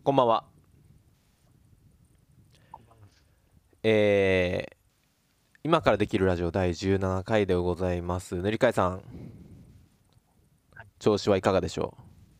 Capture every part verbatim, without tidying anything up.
こんばんは。えー、今からできるラジオだいじゅうななかいでございます。塗り替えさん、調子はいかがでしょ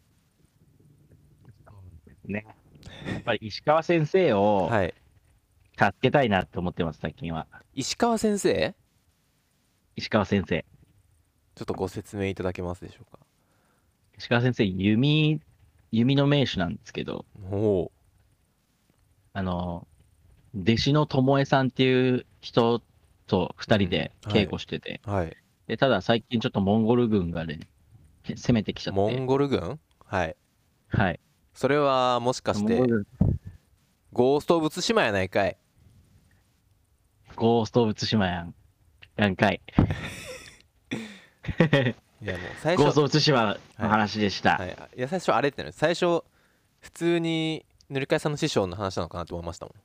そうですね。やっぱり石川先生う？ をはい。 助けたいなって思ってます、最近は。 石川先生、 石川先生。 ちょっとご説明いただけますでしょうか？ 石川先生、弓、弓の名手なんですけど、 おおあの、弟子の巴さんっていう人と二ー、うん、 人で稽はい、 古してて、 はい。 で、ただ最近ちょっとモンゴル軍がね、攻めてきちゃっモンて、 ゴル軍、はい。 はい。 それはもしかして、 モンゴル軍、 ゴースト・オブ・ツシマやないかい。 ゴースト・オブ・ツシマやん、やんかい。 いやもう最初、 ゴースト・オブ・ツシマのはい、 話でした。 はい。いや最初あれってね、最初、普通に塗り替えさんの師匠の話なのかなと思いましたもん。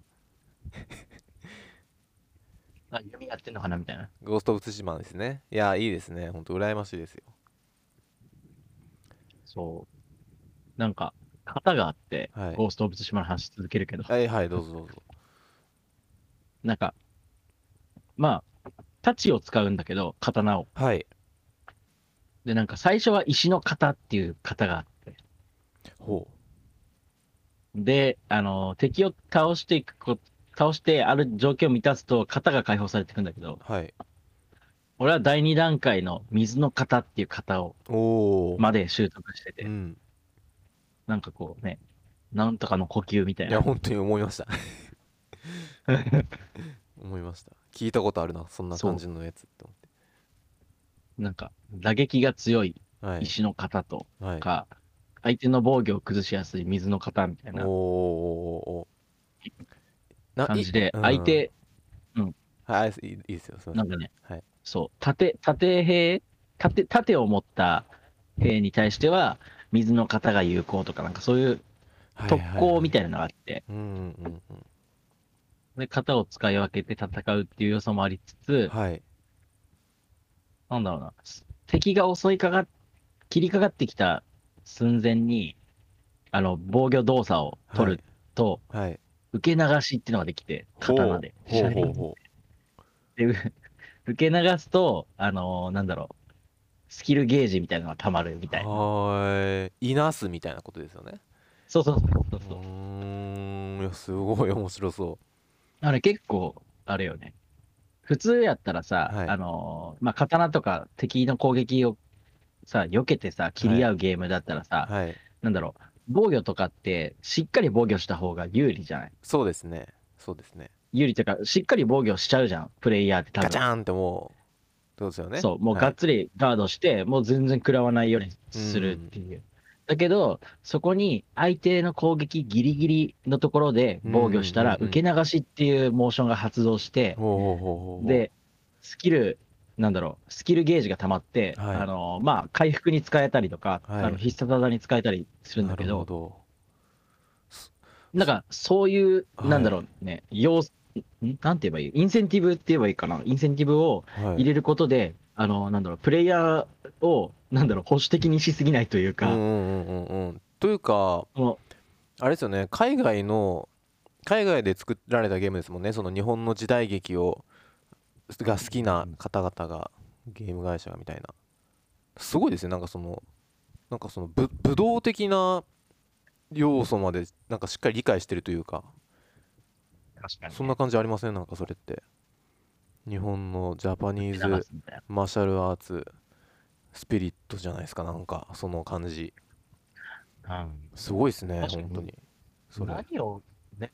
あ、弓やってんのかなみたいな。 ゴースト・オブ・ツシマですね。いや、いいですね。ほんと羨ましいですよ。 そう。なんか、型があって、 はい。 ゴースト・オブ・ツシマの話続けるけど、 はいはい、どうぞどうぞ。 なんか、まあ、太刀を使うんだけど、刀を。 はい。 で、なんか最初は石の型っていう型があって、 ほで、あの、敵を倒していくこ、倒してある条件を満たすと型が解放されていくんだけど、 う。はい。 俺はだいに段階の水の型っていう型を、 おお。 まで習得してて、 うん。 なんかこうね、なんとかの呼吸みたいいや、 な。 本当に思いました。思いました。聞いたことあるな、そんな感そじのやつって思っう。なんか、打撃が強いて。はい。 石の型とはい。 か、相手の防御を崩しやすい水の型みたいおーおーなおーおーな、い、 感じで、 うん。 相手、うん、 はい、いいいいですよ。すみません。 なんかね、 はい。 そう、盾、盾兵、盾、盾を持った兵に対しては、水の型が有効とか、なんかそういうはい特はいはい。 攻みたいなのがあって、 うんうんうん。 で、型を使い分けて戦うっていう要素もありつつ、 はい。 なんだろうな、敵が襲いかかっ、切りかかってきた寸前に、あの、防御動作をはい。 取ると、 はい。 受け流しっていうのができて、刀ほう。 で。シほうャリンほうほで、う受け流すと、あのーなんだろう、スキルゲージみたいなのが溜まるみう。 たいな。 はーい。いなすみたいなことですよね。 そうそうそうそううそう。 ーん。いや、すごい面白そあれ結構、あれよね。普通やったらう。 さ、あはい。 のーまあ、刀とか敵の攻撃をさ、避けてさ、切はい。 り合うゲームだったらさ、 はい。 なんだろう、防御とかって、しっかり防御した方が有利じゃない？ そうですね。そうですね。 有利というか、しっかり防御しちゃうじゃん、プレイヤーって多分。 ガチャーンってもう、そうですよね。 そう、もうがっはい。 つりガードして、もう全然食らわないようにうするっん。 ていう。だけど、そこに相手の攻撃ギリギリのところでうんうん防御したら、 うん受け流しっていうモーションが発動しうん。 て、 ほうほうほうほうほで、スキル、なんだろう、スキルゲージが溜まって、 う。はい。 あの、まあ、回復に使えたりとか、あの、 はい。 必殺技に使えたりするんなるだけど、 ほど。すすなんか、そういう、なんだろはい。 うね、要素、んなんて言えばいいインセンティブって言えばいいかなインセンティブをはい。 入れることで、あの、なんだろう、プレイヤーを、なんだろう、保守的にしすぎないというか、 うんうんうんうんうん。というか、 この、 あれですよね、海外の、海外で作られたゲームですもんね。その日本の時代劇を、が好きな方々が、ゲーム会社がみたいな。すごいですね。なんかその、なんかその武、武道的な要素まで、なんかしっかり理解してるというか、 確かにね、 そんな感じありません？なんかそれって。日本のジャパニー受け流ズすみたいマーシャルアーツスピリットじゃないですか、なんかその感じ。 な。うん。 すごいですね、 確かに、 本当に。それ。 何を、ね、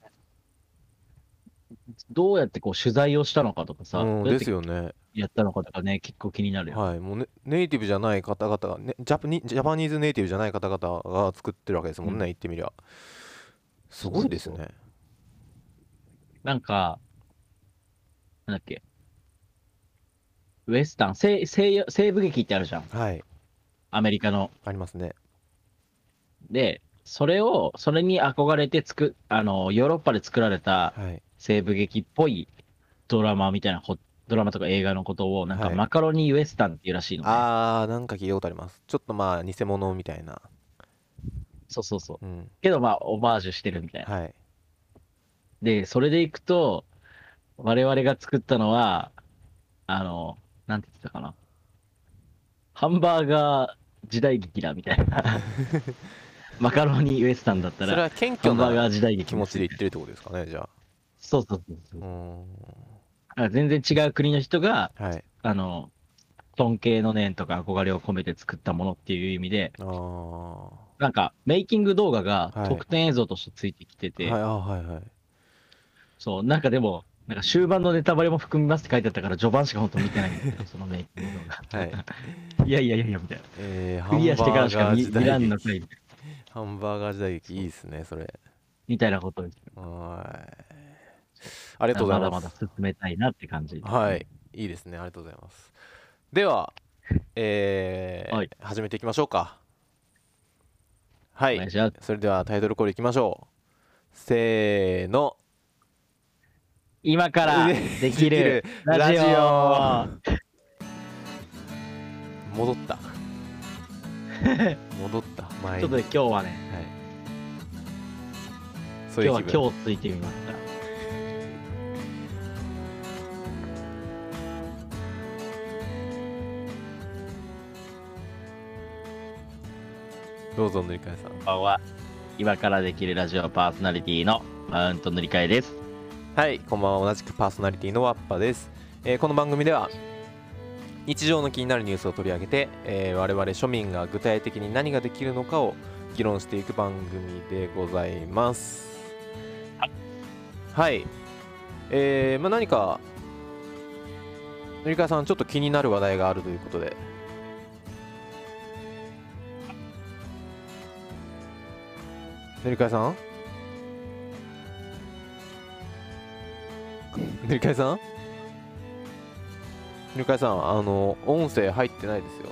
どうやってこう取材をしたのかとかさ、 うん、ですどうやってよね。 やったのかとかね、結構気になるよね。 はい、もうね、ネイティブじゃない方々が、ね、ジャパニ、ジャパニーズネイティブじゃない方々が作ってるわけですもんね、 うん。 言ってみりゃ。すそうそうそう。 ごいですね。 なんか、なんだっけ、ウエスタン、西、西西部劇ってあるじゃん。 はい、 アメリカの。 ありますね。 で、それを、それに憧れて作、あの、ヨーロッパで作られたはい、 西部劇っぽいドラマみたいなこ、ドラマとか映画のことを、なんかはい。 マカロニウエスタンっていうらしいのね。 あー、なんか聞いたことあります。ちょっとまあ、偽物みたいな。 そうそうそう。 うんけどまあ、オマージュしてるみたいな。 はいで、それでいくと、我々が作ったのは、あの、なんて言ってたかな。ハンバーガー時代劇だみたいな。マカロニウエスタンだったら、 それは謙ハンバー虚なガー時代劇気持ちですみたいな。 で言ってるってことですかねじゃそうそうそうそあうーう。 んあ全然違う国の人が、 はいあの、尊敬の念とか憧れを込めて作ったものっていう意味で、 ああはなんか、メイキング動画がい特典映像としてついてきてて、 はいあはいはいそう、なんかでも、なんか終盤のネタバレも含みますって書いてあったから、序盤しか本当見てないんだけど、そのメイキング動画。 はいいやいやいやいや、みたいな。 えー、 クハンリアしてからしかバーガー見見ら時代劇んのかい、みたいハンバーガー時代劇な。そういいですねそれみたいなことです。 はーいそうありがとうござまだいますまだ進めたいなって感じですね。 はいいいですねありがとうございますではえはい。 ー、始めていきましょうかはいお願いします。 それではタイトルコールいきましょうせーの今からできるラジオ。 戻った戻った前にちょっとね今日はね、 はいそういう今気分日は今日ついてみました。 どうぞ塗り替えさんこんばんは。今からできるラジオパーソナリティのマウント塗り替えです。 はいこんばんは同じくパーソナリティのワッパです、えーこの番組では日常の気になるニュースを取り上げて、えー我々庶民が具体的に何ができるのかを議論していく番組でございますはいえー、まあ何か塗り替えさんちょっと気になる話題があるということで塗り替えさん塗り替えさん塗り替えさんあの音声入ってないですよ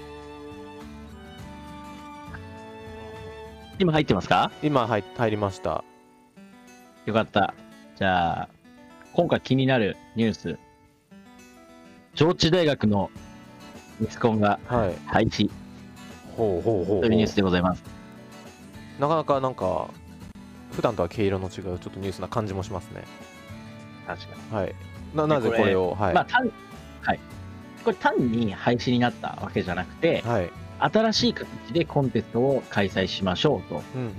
今入ってますか？ 今入入りましたよかった。じゃあ、今回気になるニュース。上智大学のミスコンがはい廃止ほうほうほうほうというニュースでございます。 なかなかなんか普段とは毛色の違うちょっとニュースな感じもしますね確かに。 はいななぜこれをはい、 まあ、単、はい。これ単に廃止になったわけじゃなくて、 はい新しい形でコンテストを開催しましょうとうんうんうん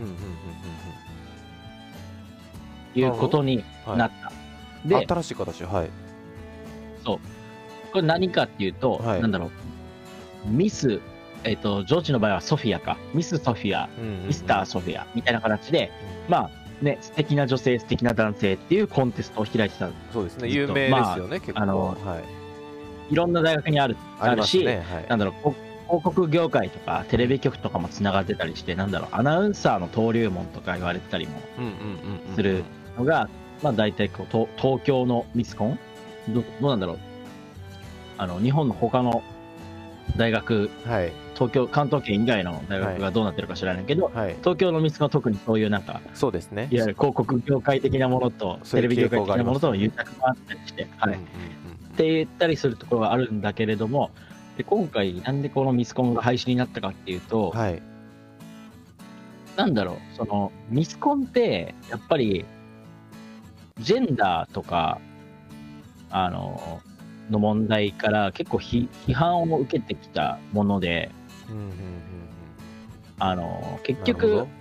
いうことにうんうんなった。 うんはいで、 新しい形はいそう。これ何かっていうと、 はいなんだろう。ミス、えっ、と、ジョージの場合はソフィアか。ミスソフィア、 うんうんうんミスターソフィアみたいな形で、まあね、素敵な女性、素敵な男性っていうコンテストを開いてた。 そうですねずっと有名ですよね、結構あのはいいろんな大学にある、 ありますあるし、 ねはいなんだろう、こ広告業界とかテレビ局とかもつながってたりして、なんだろう、アナウンサーの登竜門とか言われてたりもうんうんうんうんするのが、まあ大体こう東東京のミスコンどどうなんだろう。あの、日本の他の大学、 はい東京、関東圏以外の大学がどうなってるか知らないけど、 はい東京のミスコンは特にそういうなんか、 そうですねいわゆる広告業界的なものと、 そういうテレビ業界傾向があります的なものとの癒着があったりして、はい。 うんうんって言ったりするところがあるんだけれども、で今回なんでこのミスコンが廃止になったかっていうと、 うんはいなんだろう、そのミスコンってやっぱりジェンダーとかあのの問題から結構ひ批判を受けてきたもので、 うんうんうんうんあの結なる局ほ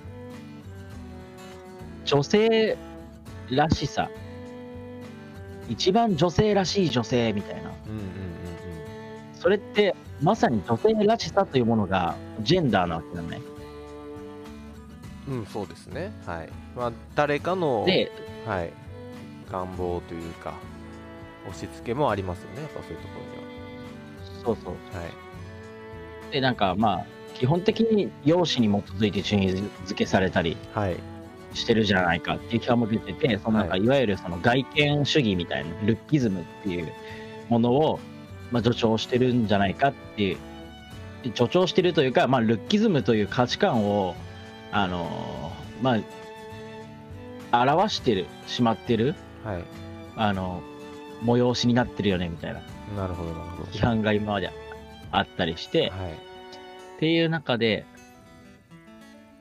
女性らしさ、一番女性らしい女性みたいな、 どうんうんうんそれってまさに女性らしさというものがジェンダーなわけだね。 うんうんそうですねはいまあ誰かので、 はい願望というか押し付けもありますよねやっぱそういうとこそうそう。 ろにははいで、なんかまあ、基本的に容姿に基づいて順位付けされたりはいしてるじゃないかっていう批判も出てて、そのなんかはいいわゆるその外見主義みたいな、ルッキズムっていうものを、まあ、助長してるんじゃないかっていう、助長してるというか、まあ、ルッキズムという価値観を、あのーまあ、表してる、しまってる、 はいあの、催しになってるよねみたいななるほどなるほど批判が今まであったりして、 はいっていう中で、そ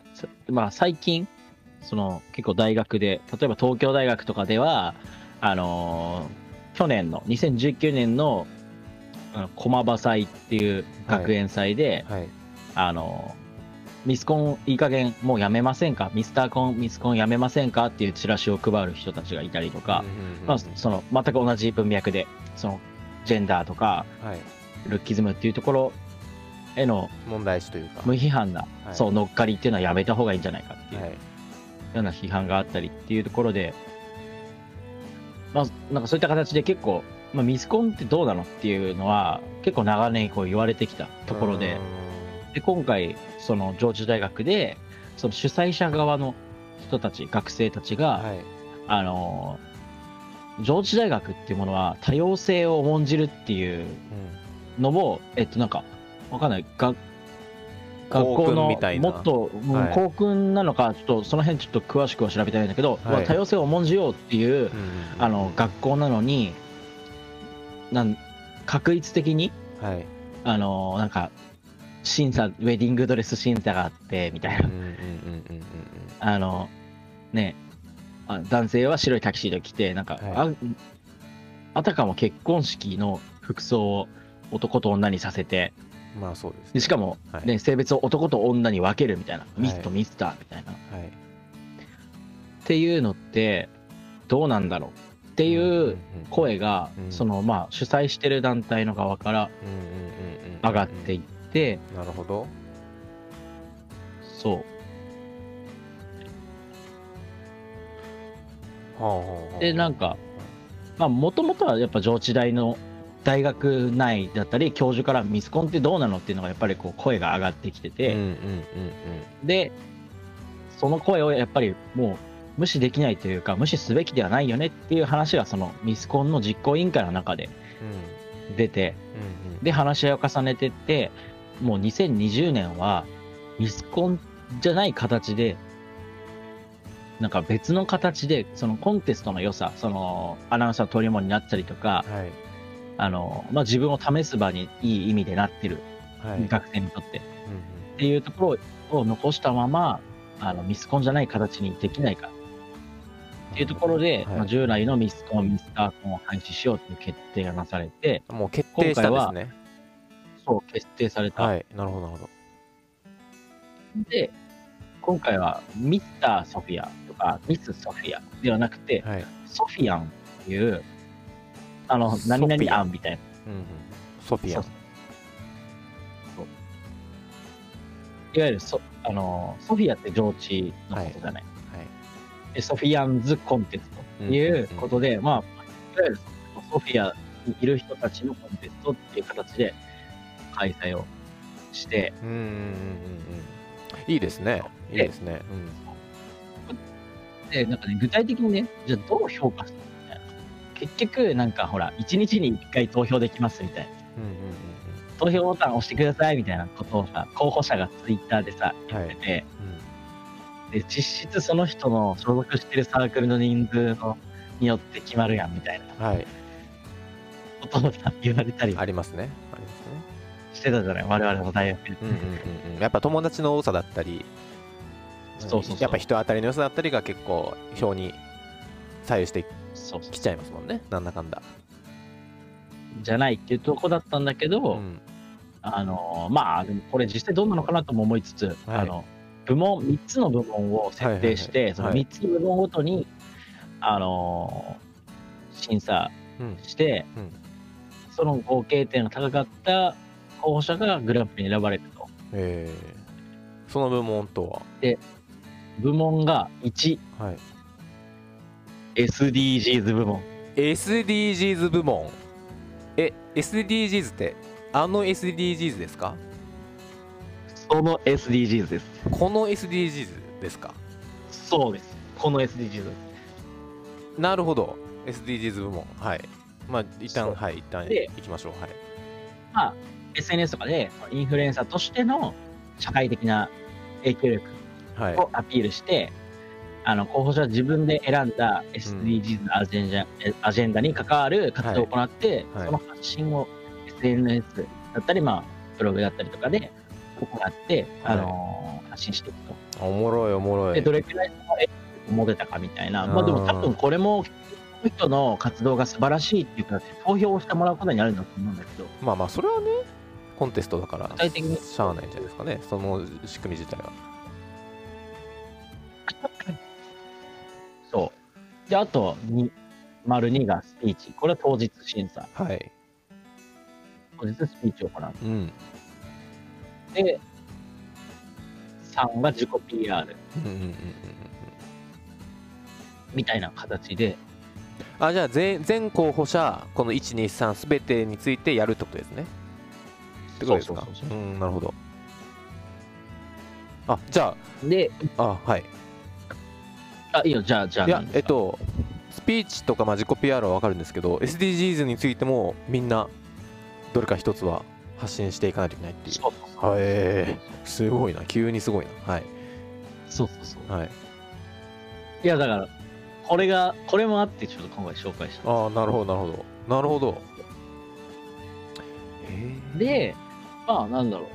まあ最近その結構大学で、例えば東京大学とかではあのー去年のにせんじゅうきゅうねんのあの駒場祭っていう学園祭で、 はいあのミスコンいい加減もうやめませんか、ミスターコンミスコンやめませんかっていうチラシを配る人たちがいたりとか、まあ、その全く同じ文脈でそのジェンダーとかはいルッキズムっていうところへの問題視というか無批判な、 はいそう乗っかりっていうのはやめた方がいいんじゃないかっていうはいような批判があったりっていうところで、まあなんかそういった形で結構、まあ、ミスコンってどうなのっていうのは結構長年こう言われてきたところで、で今回その上智大学でその主催者側の人たち学生たちが、 はいあの上智大学っていうものは多様性を重んじるっていううんのをえっとなんかわかんないが学校校訓のみたいなもっと、うんはい校訓なのかちょっとその辺ちょっと詳しくは調べてないんだけど、 はいまあ多様性を重んじようっていう、 うんうんうんあの学校なのになん確率的にはいあのなんか審査ウェディングドレス審査があってみたいな、 うんうんうんうんうんあのねあ男性は白いタキシード着てなんか、 はいああたかも結婚式の服装を男と女にさせて、 うんまあそうですでしかも、 はいね性別を男と女に分けるみたいな、ミスとミスターみたいな、っはいていうのってどうなんだろうっていう声が、 うんそのまあ主催してる団体の側からうんうんうんうん上がっていって、 なるほどそうはあはあはあでなんかまあもともとはやっぱ上智大の大学内だったり教授からミスコンってどうなのっていうのがやっぱりこう声が上がってきてて、 うんうんうんでその声をやっぱりもう無視できないというか無視すべきではないよねっていう話がそのミスコンの実行委員会の中でうん出て、 うんうんで話し合いを重ねてってもうにせんにじゅうねんはミスコンじゃない形でなんか別の形でそのコンテストの良さ、そのアナウンサーの登竜門になったりとか、 はいあのまあ、自分を試す場にいい意味でなってる、 はい学生にとってっうんていうところを残したままあのミスコンじゃない形にできないかっていうところで、 はいまあ、従来のミスコンミスターコンを廃止しようという決定がなされて、 もう決定したんですねそう決定された、 はいなるほどなるほどで今回はミスターソフィアとかミスソフィアではなくて、 はいソフィアンっていうあのソフィアン何々アンみたいなうんうんソフィアンそうそういわゆるソあのソフィアって上智のことじゃない、 はいでソフィアンズコンテストということで、まあいわゆるソフィアにいる人たちのコンテストっていう形で開催をして、 うんうんうんうんうんいいですねいいですねでなんかね具体的にねじゃあどう評価するのみたいな、結局なんかほらいちにちにいっかい投票できますみたいな、 うんうんうん投票ボタン押してくださいみたいなことをさ候補者がツイッターでさ言ってて、で実質その人の所属してるサークルの人数のによって決まるやんみたいなうんはいことをさ言われたりありますねありますねしてたじゃない我々の大学で、 うんうんうんうんやっぱ友達の多さだったりそうそうそうやっぱ人当たりの良さだったりが結構票に左右してそうそうきちゃいますもんねなんだかんだじゃないっていうとこだったんだけど、 うんあのまあでもこれ実際どうなのかなとも思いつつ、 はいあの部門みっつの部門を設定して、 はいはいはいそのみっつの部門ごとに、あの審査うんして、 うんその合計点が高かった候補者がグランプリに選ばれると。 えーその部門とは部門がいち、 はいエスディージーズ 部門。 エスディージーズ 部門え エスディージーズ ってあの エスディージーズ ですかその エスディージーズ です。 この エスディージーズ ですかそうです。この エスディージーズ。 なるほど エスディージーズ 部門はいまあ一そう旦はい一旦でいきましょうはいまあ、エスエヌエス とかでインフルエンサーとしての社会的な影響力はいをアピールして、あの候補者は自分で選んだ エスディージーズ のアジェンダ、えアジェンダに関わる活動を行って、 はいその発信を エスエヌエス だったり、まあ、ブログだったりとかで行って、 はいあの発信していくと。 おもろいおもろい。 でどれくらいモテたかみたいな、まあでも多分これもこの人の活動が素晴らしいっていう形で投票をしてもらうことになるんだと思うんだけど、 まあまあそれはねコンテストだから具体的にしゃあないんじゃないですかね、その仕組み自体は。 そうで、あとに丸にがスピーチ、これは当日審査、 はい。 当日スピーチを行う。 うん。 でさんが自己 ピーアールうんうんうんうんうん。 みたいな形で、 あ、じゃあ全全候補者このいちにさんすべてについてやるってことですね。ってことですか。 そうそうそうそう。 うん、なるほど。あ、じゃで、 あ、あ、はい。 あ、いいよ、じゃあ、じゃあいや何ですか。 えっとスピーチとかまあ自己 ピーアール は分かるんですけど エスディージーズ についてもみんなどれか一つは発信していかないといけないっていう。 そうそうそう。 はい、えー、すごいな、急にすごいな。はいそうそうそう。 はい。 いや、だから、これが、これもあって、ちょっと今回紹介した。 ああ、なるほどなるほどなるほど。へで、まあ、なんだろう。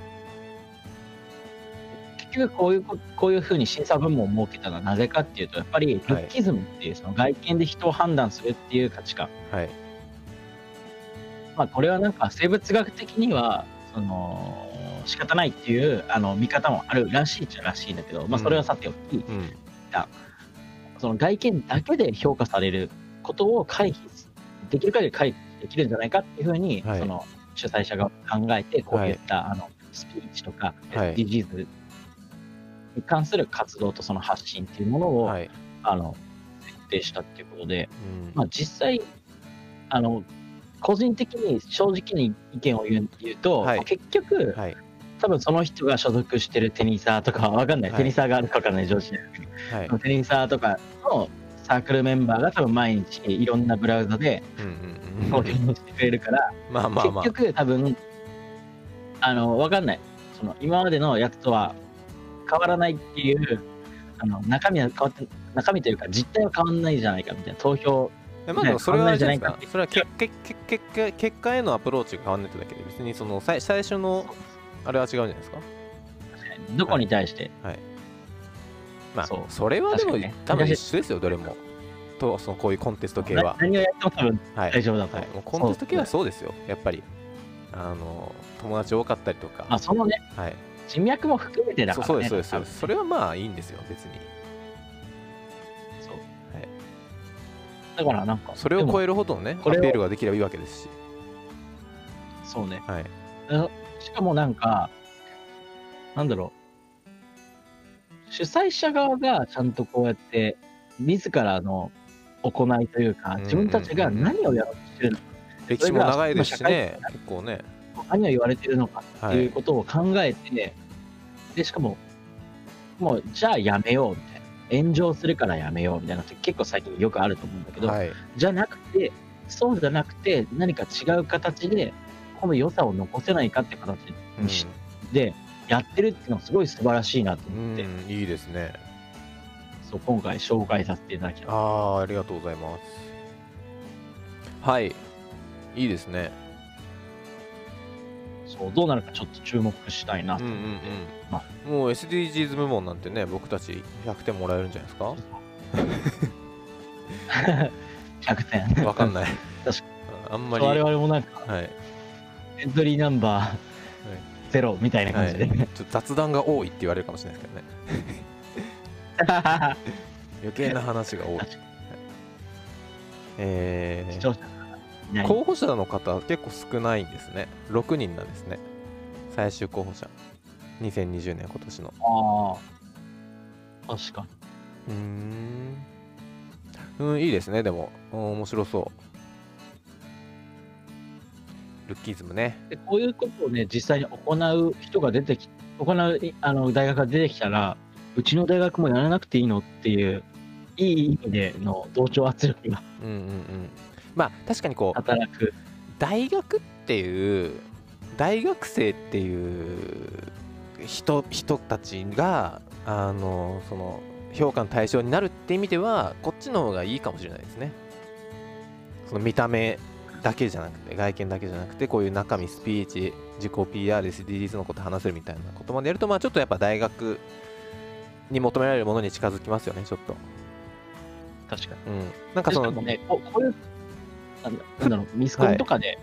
結局こういうこ、こういうふうに審査部門を設けたのはなぜかっていうと、やっぱりルッキズムっていうその外見で人を判断するっていう価値観。 はい。 まあ、これはなんか生物学的には、その、仕方ないっていうあの見方もあるらしいっちゃらしいんだけど、まあ、それはさておき、 うん。 その外見だけで評価されることを回避す、できる限り回避できるんじゃないかっていうふうに、 はいその主催者が考えて、こういった、あのスピーチとか、 はいエスディージーズ に関する活動とその発信っていうものを、 はい。 あの設定したっていうことで、 うん。 まあ、実際あの個人的に正直に意見を言う言うと、 はいまあ結局、 はい多分その人が所属してるテニサーとかは分かんない、 はいテニサーがあるか分かんない上司で、 はい。 テニサーとかのサークルメンバーが多分毎日いろんなブラウザでうんうん投うん。 票してくれるから、 まあまあまあ。 結局多分あの分かんない、その今までのやつとは変わらないっていう、あの中身は変わって中身というか実態は変わらないじゃないかみたいな投票。 えまあでもそれはあれじゃないですか変わんないんじゃないかって。 それはけけけ結果結果へのアプローチが変わんないってだけで別にその最最初のあれは違うんじゃないですか。 どこに対して、 まあそうそれはでも、 確かにね多分一緒ですよどれも。とそのこういうコンテスト系は。 な何をやっても多分はい。 大丈夫だと思。 はいうもうコンテスト系はそうですよやっぱり。あの友達多かったりとか。 まあそのねはい。 人脈も含めてだからね。 そうそうですそうですそう多分です。それはまあいいんですよ別に。 そうはい。 だからなんかそれを超えるほどのねアピこれをールができればいいわけですし。 そうね。 はい。 しかもなんかなんだろう、主催者側がちゃんとこうやって自らの行いというか、自分たちが何をやろうとしてるのか、 歴史も長いですしね結構ね。 何を言われてるのかっていうことを考えて、でしかももうじゃあやめようみたいな、炎上するからやめようみたいなのって結構最近よくあると思うんだけど、 はい。 じゃなくてそうじゃなくて何か違う形でこの良さを残せないかって形にしうてやってるっていうのはすごい素晴らしいなとん、 思って、 うんいいですね。 そう今回紹介させていただきまああありがとうございます。はいいいですね。 す。そうどうなるかちょっと注目したいなとうんうん思って、 うんまもう エスディージーズ 部門なんてね僕たちひゃくてんもらえるんじゃないですか。 ひゃくてん。 わかんない。 確かあんまり。 我々もなんかはい。 エントリーナンバーゼロみたいなはい、 感じで、 ちょっと雑談が多いって言われるかもしれないですけどね。余計な話が多い。 確かえー、 視聴者がいない。 候補者の方結構少ないんですね。ろくにんなんですね。最終候補者。にせんにじゅうねん今年の。 ああ、確かに。 うーん。うん、いいですね、でも。うん面白そう。ルッキズムね。 でこういうことをね、実際に行う人が出てき、行うあの大学が出てきたら、うちの大学もやらなくていいのっていう、いい意味での同調圧力がうんうんうん。まあ確かにこう働く。 大学っていう大学生っていう人人たちがあのその評価の対象になるって意味ではこっちの方がいいかもしれないですね。その見た目だけじゃなくて、外見だけじゃなくて、こういう中身、スピーチ、自己 ピーアール、エスディージーズ のこと話せるみたいなことまでやると、まあちょっとやっぱ大学に求められるものに近づきますよね、ちょっと。 確かに。 うん。なんかその、 しかもね、ここういう、なんだなんだろう、ミスコンとかで、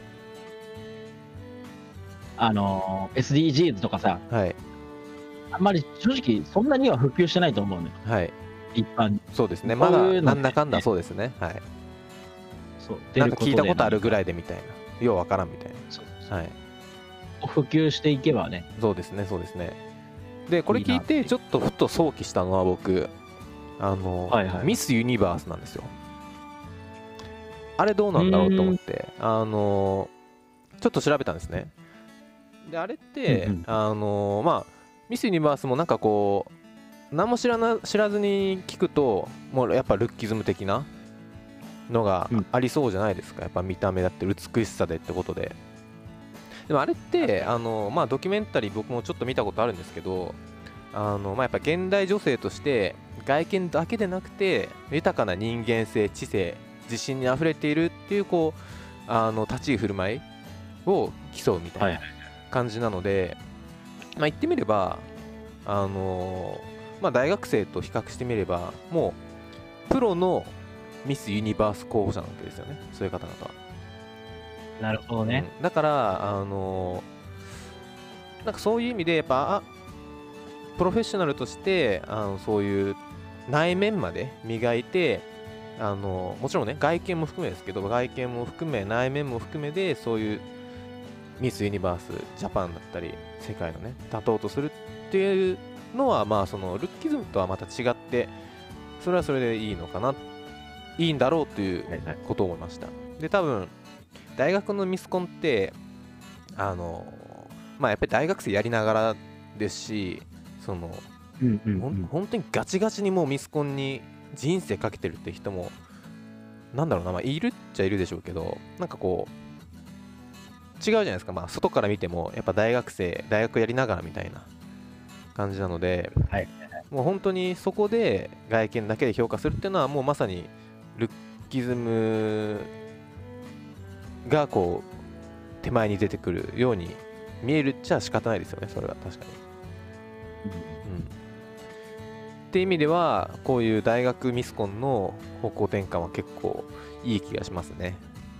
あのー、エスディージーズ とかさ、 はい。 あんまり正直そんなには普及してないと思うのよ、 はい。 一般に。 そうですね。 こうまいうのってだなんだかんだそうですね。はい。 そう、 なんか聞いたことあるぐらい。 いでみたいな。ようわからんみたいそうそうな。はい。 普及していけばね。 そうですね、そうですね。で、これ聞いて、 いいなっていうちょっとふと想起したのは僕、あの、 はいはいミス・ユニバースなんですよ。あれどうなんだろうと思って、あの、ちょっと調べたんですね。で、あれって、 うんうんあの、まあ、ミス・ユニバースもなんかこう、何も知らな知らずに聞くと、もうやっぱルッキズム的なのがうんありそうじゃないですか。やっぱ見た目だって美しさでってことで。でもあれってあの、まあ、ドキュメンタリー僕もちょっと見たことあるんですけど、あの、まあ、やっぱ現代女性として外見だけでなくて豊かな人間性、知性、自信にあふれているっていうこうあの立ち居振る舞いを競うみたいなはいはい。 感じなので、まあ、言ってみればあの、まあ、大学生と比較してみればもうプロのミス・ユニバース候補者なわけですよね、そういう方々は。 なるほどね。 うん、だからあのなんかそういう意味でやっぱあプロフェッショナルとしてあのそういう内面まで磨いてあのもちろんね外見も含めですけど外見も含め内面も含めでそういうミス・ユニバースジャパンだったり世界のね立とうとするっていうのはまあそのルッキズムとはまた違ってそれはそれでいいのかないいんだろうというはいはい。 ことを思いました。で多分大学のミスコンってあのまあやっぱり大学生やりながらですしそのうんうんうほんん。 本当にガチガチにもうミスコンに人生かけてるって人もなんだろうな、まあ、いるっちゃいるでしょうけどなんかこう違うじゃないですか、まあ、外から見てもやっぱ大学生大学やりながらみたいな感じなので、 はいもう本当にそこで外見だけで評価するっていうのはもうまさにルッキズムがこう手前に出てくるように見えるっちゃ仕方ないですよね、それは確かに。うん、って意味ではこういう大学ミスコンの方向転換は結構いい気がしますね。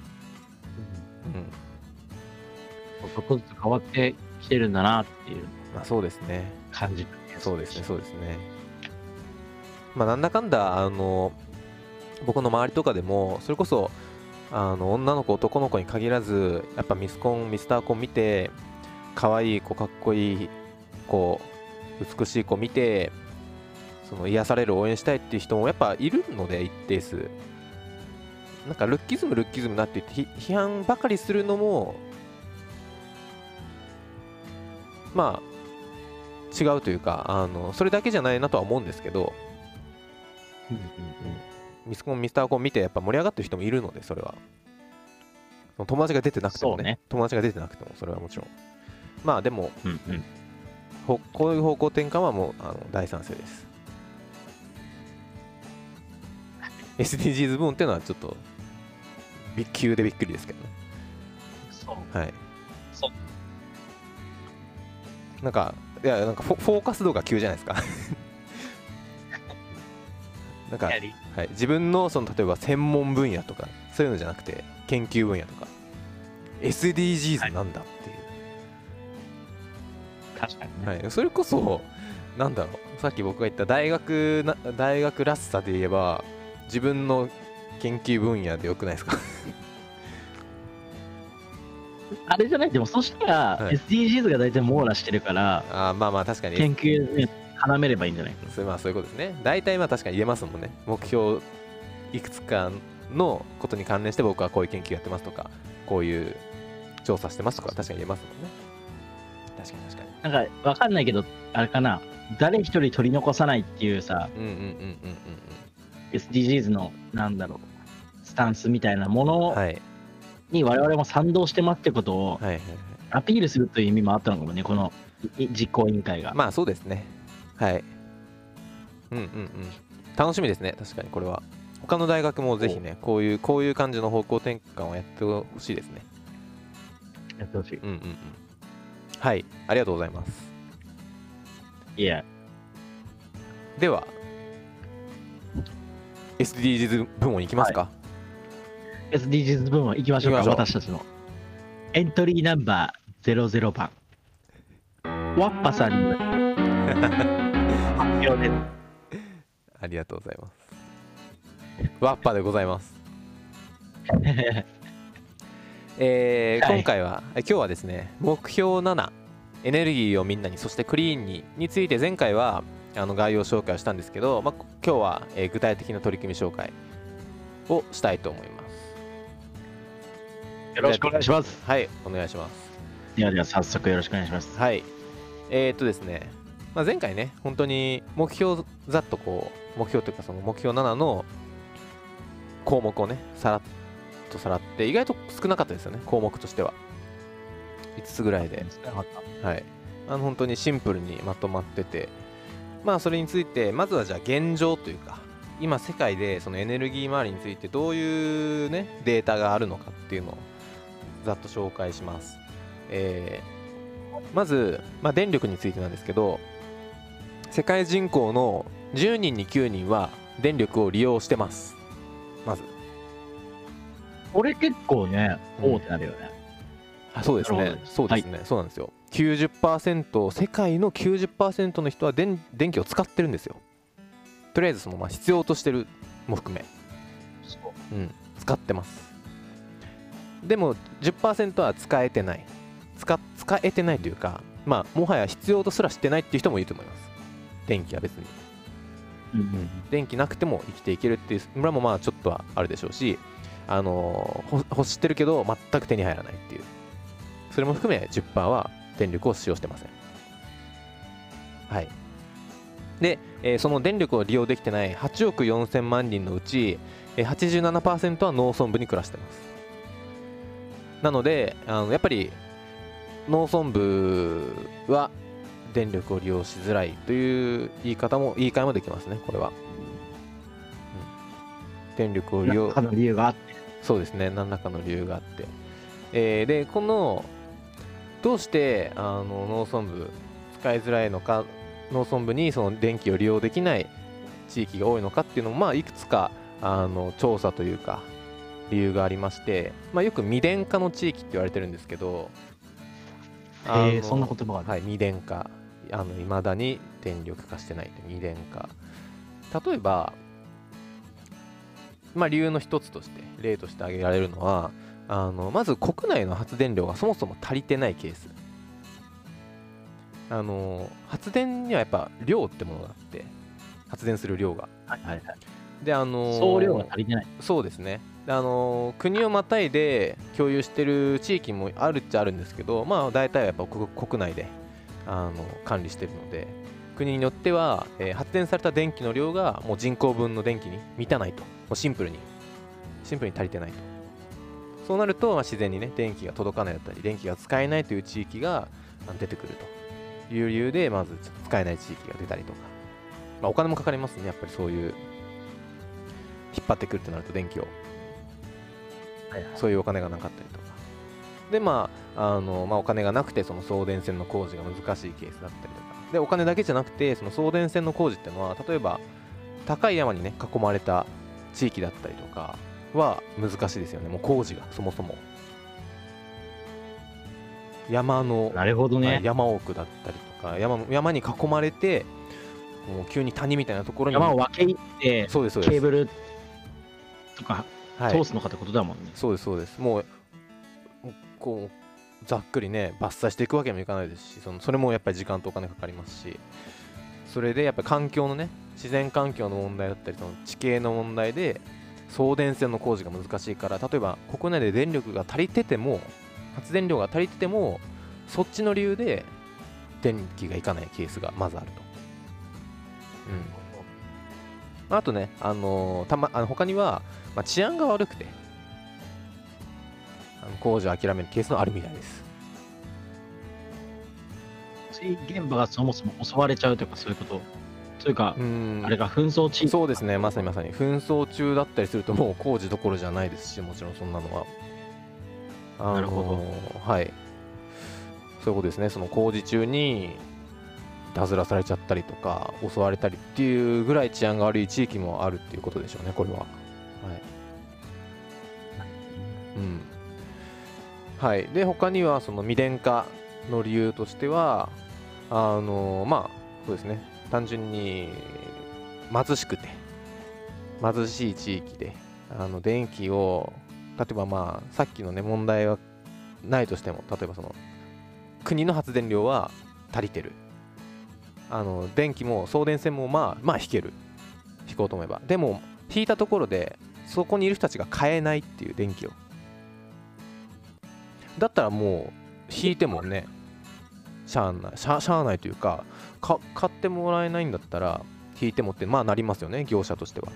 うん、 ちょっとずつ変わってきてるんだなっていうまあそうですね。 感じ。 そうですね、そうですね。まあなんだかんだあの僕の周りとかでもそれこそあの女の子男の子に限らずやっぱミスコンミスターコン見て可愛い子かっこいい子美しい子見てその癒される応援したいっていう人もやっぱいるので一定数なんかルッキズムルッキズムなって言って批判ばかりするのもまあ違うというかあのそれだけじゃないなとは思うんですけどうんうんミスコンミスターコン見てやっぱ盛り上がってる人もいるのでそれは友達が出てなくても ね, そうね友達が出てなくてもそれはもちろんまあでもうん。うんうん。 ほこういう方向転換はもうあの大賛成です。 エスディージーズ 部門っていうのはちょっとび急でびっくりですけどね。 そう。 はい。 そうなんかいやなんかフォフォーカス度が急じゃないですかなんか、 やりはい、自分のその例えば専門分野とかそういうのじゃなくて研究分野とか エスディージーズ なんだっていう、 確かにね。 はいそれこそなんだろうさっき僕が言った大学な大学らしさで言えば自分の研究分野でよくないですかあれじゃないでもそしたら、 はいエスディージーズ が大体網羅してるからあーまあまあ確かに研究に絡めればいいんじゃないそれまあそういうことですね。大体まあ確かに言えますもんね。目標いくつかのことに関連して僕はこういう研究やってますとか、こういう調査してますとか確かに言えますもんね。確かに確かに。 なんかわかんないけどあれかな誰一人取り残さないっていうさうんうんうんうんうんエスディージーズ のなんだろうスタンスみたいなもうん。 のはいに我々も賛同してますってことをはいはいはい。 アピールするという意味もあったのかもねこのい実行委員会が。 まあそうですね。はい。うんうんうん。楽しみですね。確かにこれは。 他の大学もぜひねこういうこういう感じの方向転換をやってほしいですね。 やってほしい。 うんうんうん。はい、ありがとうございます。 いや、 では エスディージーズ 部門いきますか。 エスディージーズ 部門行きましょうか。 行きましょう私たちのエントリーナンバーゼロゼロばん、ワッパさんによる発表です。 ありがとうございます。ワッパでございます。えーはい今回は今日はですね目標ななエネルギーをみんなにそしてクリーンにについて前回はあの概要紹介をしたんですけど、まあ、今日は、えー具体的な取り組み紹介をしたいと思います。 よろしくお願いします。 はい、お願いします。 ではでは早速よろしくお願いします。 はいえー、っとですね、まあ、前回ね本当に目標ざっとこう目標というかその目標ななの項目をねさらっとさらって意外と少なかったですよね項目としてはいつつぐらいで、はい、あの本当にシンプルにまとまってて、まあそれについてまずはじゃあ現状というか今世界でそのエネルギー周りについてどういうねデータがあるのかっていうのをざっと紹介します。えー、まず、まあ、電力についてなんですけど世界人口のじゅうにんにきゅうにんは電力を利用してます。まずこれ結構ね、 うんおーってなるよね。 あそうですねなるほどそうですね、そうなんですよ。きゅうじゅっパーセント世界の きゅうじゅっパーセント の人は電電気を使ってるんですよ。とりあえずそのまあ必要としてるも含め、 そううん、使ってます。でも じゅっパーセント は使えてない使使えてないというかまあもはや必要とすらしてないっていう人もいると思います。電気は別にうんうん電気なくても生きていけるっていう村もまあちょっとはあるでしょうし、あのーほ欲してるけど全く手に入らないっていうそれも含め じゅっパーセント は電力を使用してません。はいで、えーその電力を利用できてないはちおくよんせんまんにんのうち、えーはちじゅうななパーセント は農村部に暮らしてます。なのであのやっぱり農村部は電力を利用しづらいという言い方も言い換えもできますねこれは、うん、電力を利用何らかの理由があって。 そうですね何らかの理由があって、えーでこのどうしてあの農村部使いづらいのか農村部にその電気を利用できない地域が多いのかっていうのもまあいくつかあの調査というか理由がありまして、まあ、よく未電化の地域って言われてるんですけどあのえー、そんな言葉がある。 はい、未電化あの未だに電力化してないと未電化例えば、まあ、理由の一つとして例として挙げられるのはあのまず国内の発電量がそもそも足りてないケースあの発電にはやっぱ量ってものがあって発電する量がはいはいはい。 であの総量が足りてない。 そうですねであの国をまたいで共有してる地域もあるっちゃあるんですけどまあ大体はやっぱ国国内であの管理してるので国によっては、えー発電された電気の量がもう人口分の電気に満たないともうシンプルにシンプルに足りてないとそうなると、まあ、自然にね電気が届かないだったり電気が使えないという地域があの出てくるという理由でまず使えない地域が出たりとか、まあ、お金もかかりますねやっぱりそういう引っ張ってくるってなると電気をはいはい。 そういうお金がなかったりとかでまああの、まあ、お金がなくてその送電線の工事が難しいケースだったりとかでお金だけじゃなくてその送電線の工事っていうのは例えば高い山にね囲まれた地域だったりとかは難しいですよねもう工事がそもそも山の、 なるほどね。 はい山奥だったりとか 山, 山に囲まれてもう急に谷みたいなところに山を分け入って、 そうですそうですケーブルとかはい通すのかってことだもんね。 そうですそうですもうこうざっくりね伐採していくわけにもいかないですしそのそれもやっぱり時間とお金かかりますしそれでやっぱり環境のね自然環境の問題だったりその地形の問題で送電線の工事が難しいから例えば国内で電力が足りてても発電量が足りててもそっちの理由で電気がいかないケースがまずあると、うん、あとね、あのーたま、あの他には、まあ、治安が悪くてあの工事を諦めるケースのあるみたいです。 水現場がそもそも襲われちゃうとかそういうこと。 というか、 うん、 あれが紛争地域。 そうですね、まさにまさに紛争中だったりするともう工事どころじゃないですし、もちろんそんなのはあのーなるほどはい、そういうことですね。その工事中にいたずらされちゃったりとか襲われたりっていうぐらい治安が悪い地域もあるっていうことでしょうね、これは。はい、うんはい、で他にはその未電化の理由としてはあのまあそうですね、単純に貧しくて貧しい地域であの電気を例えばまあさっきのね問題はないとしても、例えばその国の発電量は足りてる、あの電気も送電線もまあまあ引ける、引こうと思えば。でも引いたところでそこにいる人たちが買えないっていう、電気をだったらもう引いてもねしゃあないしゃしゃあないというか、か買ってもらえないんだったら引いてもってまあなりますよね、業者としては。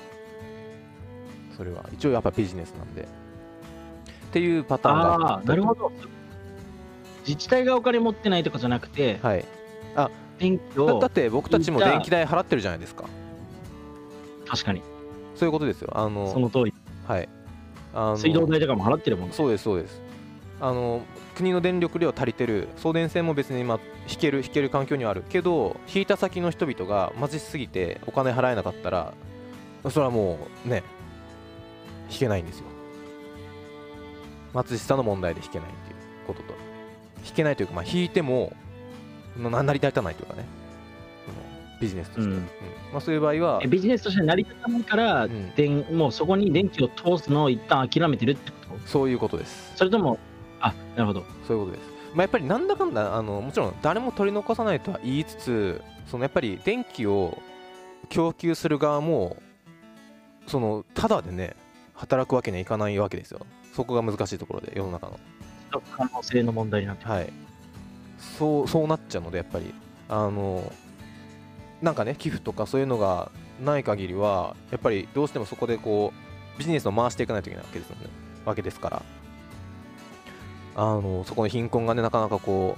それは一応やっぱビジネスなんでっていうパターンがああ、なるほど。自治体がお金持ってないとかじゃなくて、 はい、 電気をだだって僕たちも電気代払ってるじゃないですか。 確かにそういうことですよ。あのその通り。 はいあの水道代とかも払ってるもんね。 そうですそうです。あの国の電力量足りてる、送電線も別に今引ける引ける環境にはあるけど、引いた先の人々が貧しすぎてお金払えなかったらそれはもうね引けないんですよ。貧しさの問題で引けないっていうことと、引けないというか、まあ、引いてもな成り立たないというかね、そのビジネスとして、 うんうんまあ、そういう場合はえビジネスとして成り立たないから、 うん電もうそこに電気を通すのを一旦諦めてるってこと？ そういうことです。 それとも、あ、なるほど。 そういうことです。まあ、やっぱりなんだかんだあのもちろん誰も取り残さないとは言いつつ、そのやっぱり電気を供給する側もそのただでね働くわけにはいかないわけですよ。そこが難しいところで世の中の、 可能性の問題になってくる。 はい、そうそうなっちゃうので、やっぱりあのなんかね寄付とかそういうのがない限りはやっぱりどうしてもそこでこうビジネスを回していかないといけないわけですよね、わけですから、あのそこの貧困がねなかなかこう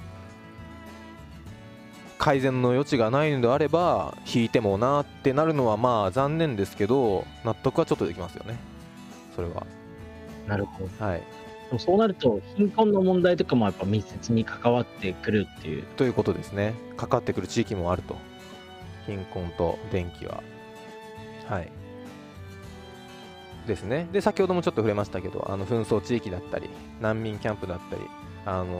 改善の余地がないのであれば引いてもなってなるのはまあ残念ですけど、納得はちょっとできますよね、それは。 なるほど。 はい、 でもそうなると、貧困の問題とかもやっぱ密接に関わってくるっていう。 ということですね。かかってくる地域もあると、貧困と電気は。はいですね。で先ほどもちょっと触れましたけど、あの紛争地域だったり難民キャンプだったり、あの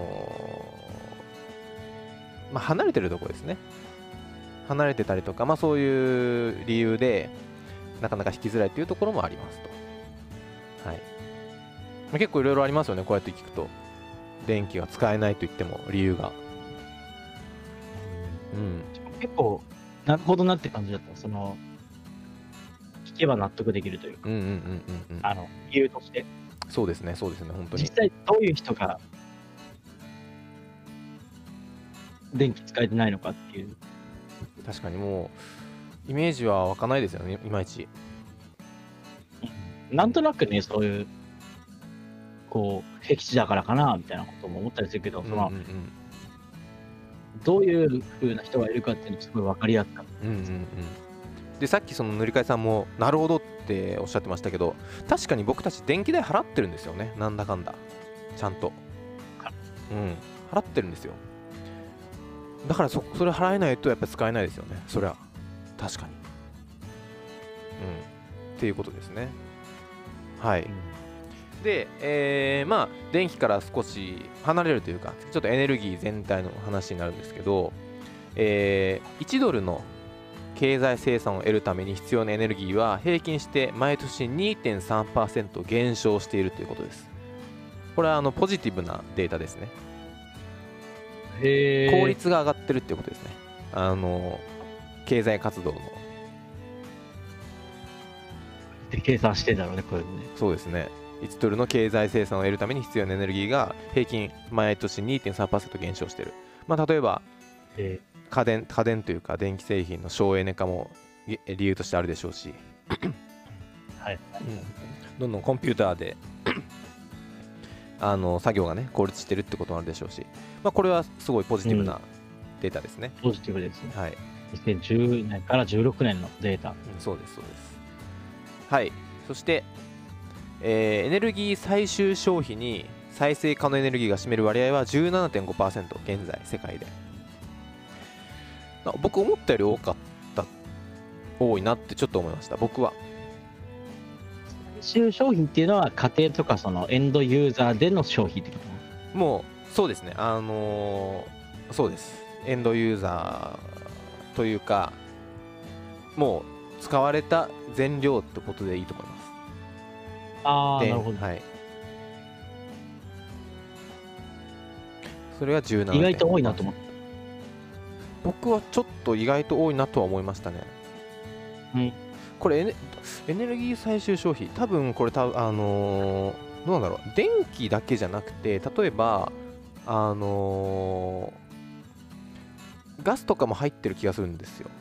ーまあ、離れてるところですね、離れてたりとか、まあ、そういう理由でなかなか引きづらいというところもありますと。はい、まあ、結構いろいろありますよね、こうやって聞くと。電気が使えないと言っても理由が。うん結構、なるほどなって感じだった。その、聞けば納得できるというか、 うんうんうんうんうん。 あの、理由として。 そうですね、そうですね、本当に。 実際どういう人が電気使えてないのかっていう。 確かにもうイメージは湧かないですよね、いまいち。 なんとなくね、そういう、こう、僻地だからかなみたいなことも思ったりするけど、その、 うんうんどういう風な人がいるかっていうのすごい分かりやすかった。 うんうんうんうん。でさっきその塗り替えさんもなるほどっておっしゃってましたけど、確かに僕たち電気代払ってるんですよね、なんだかんだちゃんと。うん払ってるんですよ。だから そ, それ払えないとやっぱ使えないですよね、そりゃ確かに。うんっていうことですね。はい、で、えー、まあ電気から少し離れるというか、ちょっとエネルギー全体の話になるんですけど、えー、いちドルの経済生産を得るために必要なエネルギーは平均して毎年 にてんさんパーセント 減少しているということです。これはあのポジティブなデータですね。 へー。 効率が上がってるっていうことですね。あの経済活動の。 で計算してんだろうね、これね。 そうですね。いちドルの経済生産を得るために必要なエネルギーが平均毎年 にてんさんパーセント 減少している。まあ、例えばへ家電家電というか電気製品の省エネ化も理由としてあるでしょうし、 はい、 うん、どんどんコンピューターであの作業がね効率してるってこともあるでしょうし、まあ、これはすごいポジティブなデータですね。 ポジティブですね。 はい、 にせんじゅうねんからじゅうろくねんのデータ。 うん、そうですそうです。はい。そして、えーエネルギー最終消費に再生可能エネルギーが占める割合は じゅうななてんごパーセント 現在世界で。あ、僕思ったより多かった多いなってちょっと思いました僕は。 最終消費っていうのは家庭とかそのエンドユーザーでの消費ってこと？ もうそうですね、あのーそうです、エンドユーザーというか、もう使われた全量ってことでいいと思います。 ああ、 で、 なるほど。 はい、それがじゅうなな意てんごパーセント。 外と多いなと思って。 僕はちょっと意外と多いなとは思いましたね。 うん。 これエネ、エネルギー最終消費、多分これた、あのーどうなんだろう、電気だけじゃなくて、例えば、あのーガスとかも入ってる気がするんですよ。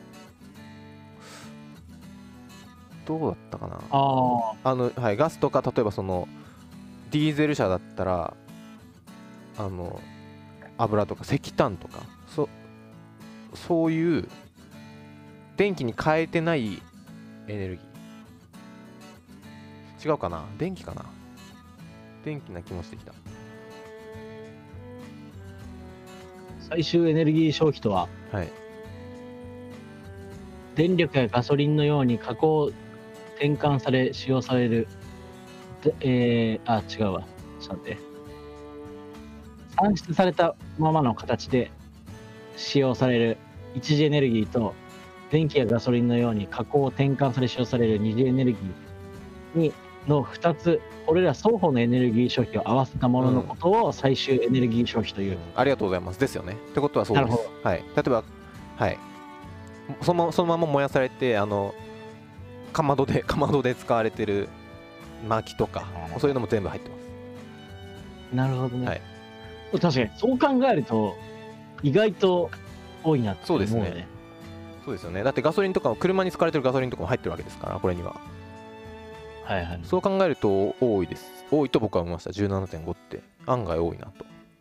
どうだったかな。 ああの、はい、ガスとか、例えばその、ディーゼル車だったら、あの、油とか石炭とか、そそういう電気に変えてないエネルギー。違うかな、電気かな、電気な気もしてきた。 最終エネルギー消費とは、 はい。 電力やガソリンのように加工転換され使用されるで、えー、あ違うわちょっと待って、産出されたままの形で使用される一次エネルギーと、電気やガソリンのように加工転換され使用される二次エネルギーにのふたつ、これら双方のエネルギー消費を合わせたもののことを最終エネルギー消費という、うん、 ありがとうございます。ですよね。ってことはそうです。 なるほど。 はい。例えば、はい。そのそのまま燃やされて、あのかまどでかまどで使われてる薪とか、そういうのも全部入ってます。 なるほどね。 はい。 確かにそう考えると意外と多いなって思うね。 そうですね。そうですよね。だってガソリンとか車に使われてるガソリンとかも入ってるわけですから、これには。 はいはい。 そう考えると多いです。多いと僕は思いました。 じゅうななてんご って案外多いなと。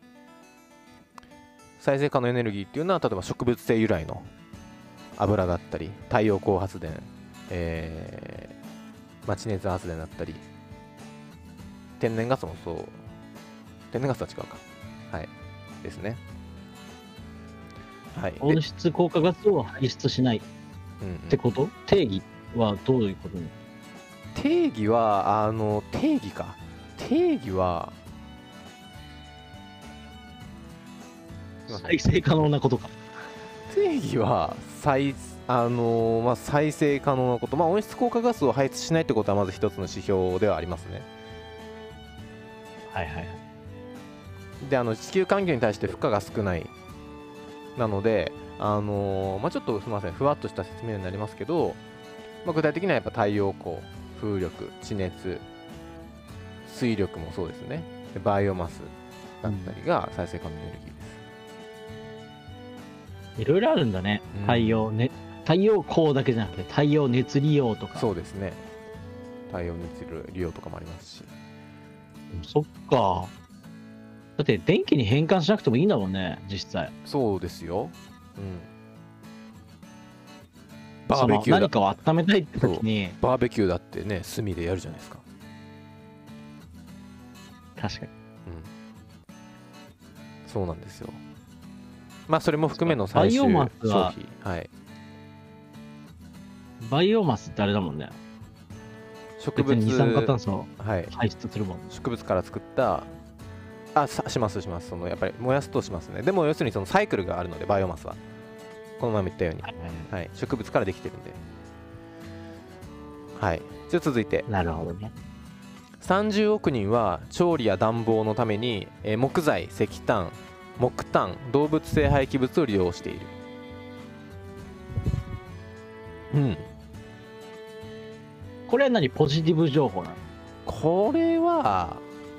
再生可能エネルギーっていうのは、例えば植物性由来の油だったり、太陽光発電、えーまあ、地熱発電だったり、天然ガスもそう、天然ガスは違うか、はいですね。はい、 温室効果ガスを排出しないってこと、うんうん、定義はどういうことに？ 定義は、あの定義か定義は再生可能なことか。 定義は再、あのーまあ、再生可能なこと、まあ、温室効果ガスを排出しないってことはまず一つの指標ではありますね。 はいはい。 で、あの地球環境に対して負荷が少ないなので、あのーまあ、ちょっとすみません、ふわっとした説明になりますけど、まあ、具体的にはやっぱ太陽光、風力、地熱、水力もそうですね。でバイオマスだったりが再生可能エネルギーです。 いろいろあるんだね。うん、太陽ね、太陽光だけじゃなくて太陽熱利用とか。 そうですね。太陽熱利用とかもありますし。 そっか。だって電気に変換しなくてもいいんだもんね、実際。 そうですよ。うん。 バーベキュー何かを温めたいって時に。 バーベキューだってね、炭でやるじゃないですか。 確かに。 うん。そうなんですよ。まあそれも含めの最終消費。はい。 バイオマスってあれだもんね。 植物二酸化炭素を排出するもん、ね、 はい、植物から作ったあさしますします。そのやっぱり燃やすとしますね。でも要するにそのサイクルがあるので、バイオマスはこの前も言ったように、はいはい、植物からできてるんで。はい。じゃあ続いて、 なるほどね。 さんじゅうおくにんは調理や暖房のために、えー、木材、石炭、木炭、動物性廃棄物を利用している。うん。 これは何、ポジティブ情報なの？ これは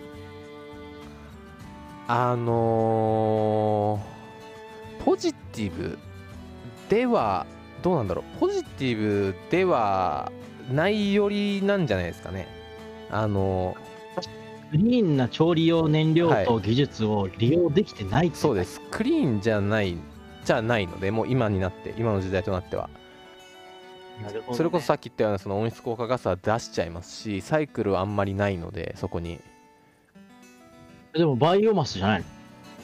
あのー、ポジティブではどうなんだろう、ポジティブではないよりなんじゃないですかね。あのー、クリーンな調理用燃料と技術を利用できてないって、はい、 そうです。クリーンじゃないちゃないので、もう今になって今の時代となっては、 なるほどね、 それこそさっき言ったようなその温室効果ガスは出しちゃいますし、サイクルはあんまりないので、そこにでもバイオマスじゃないの？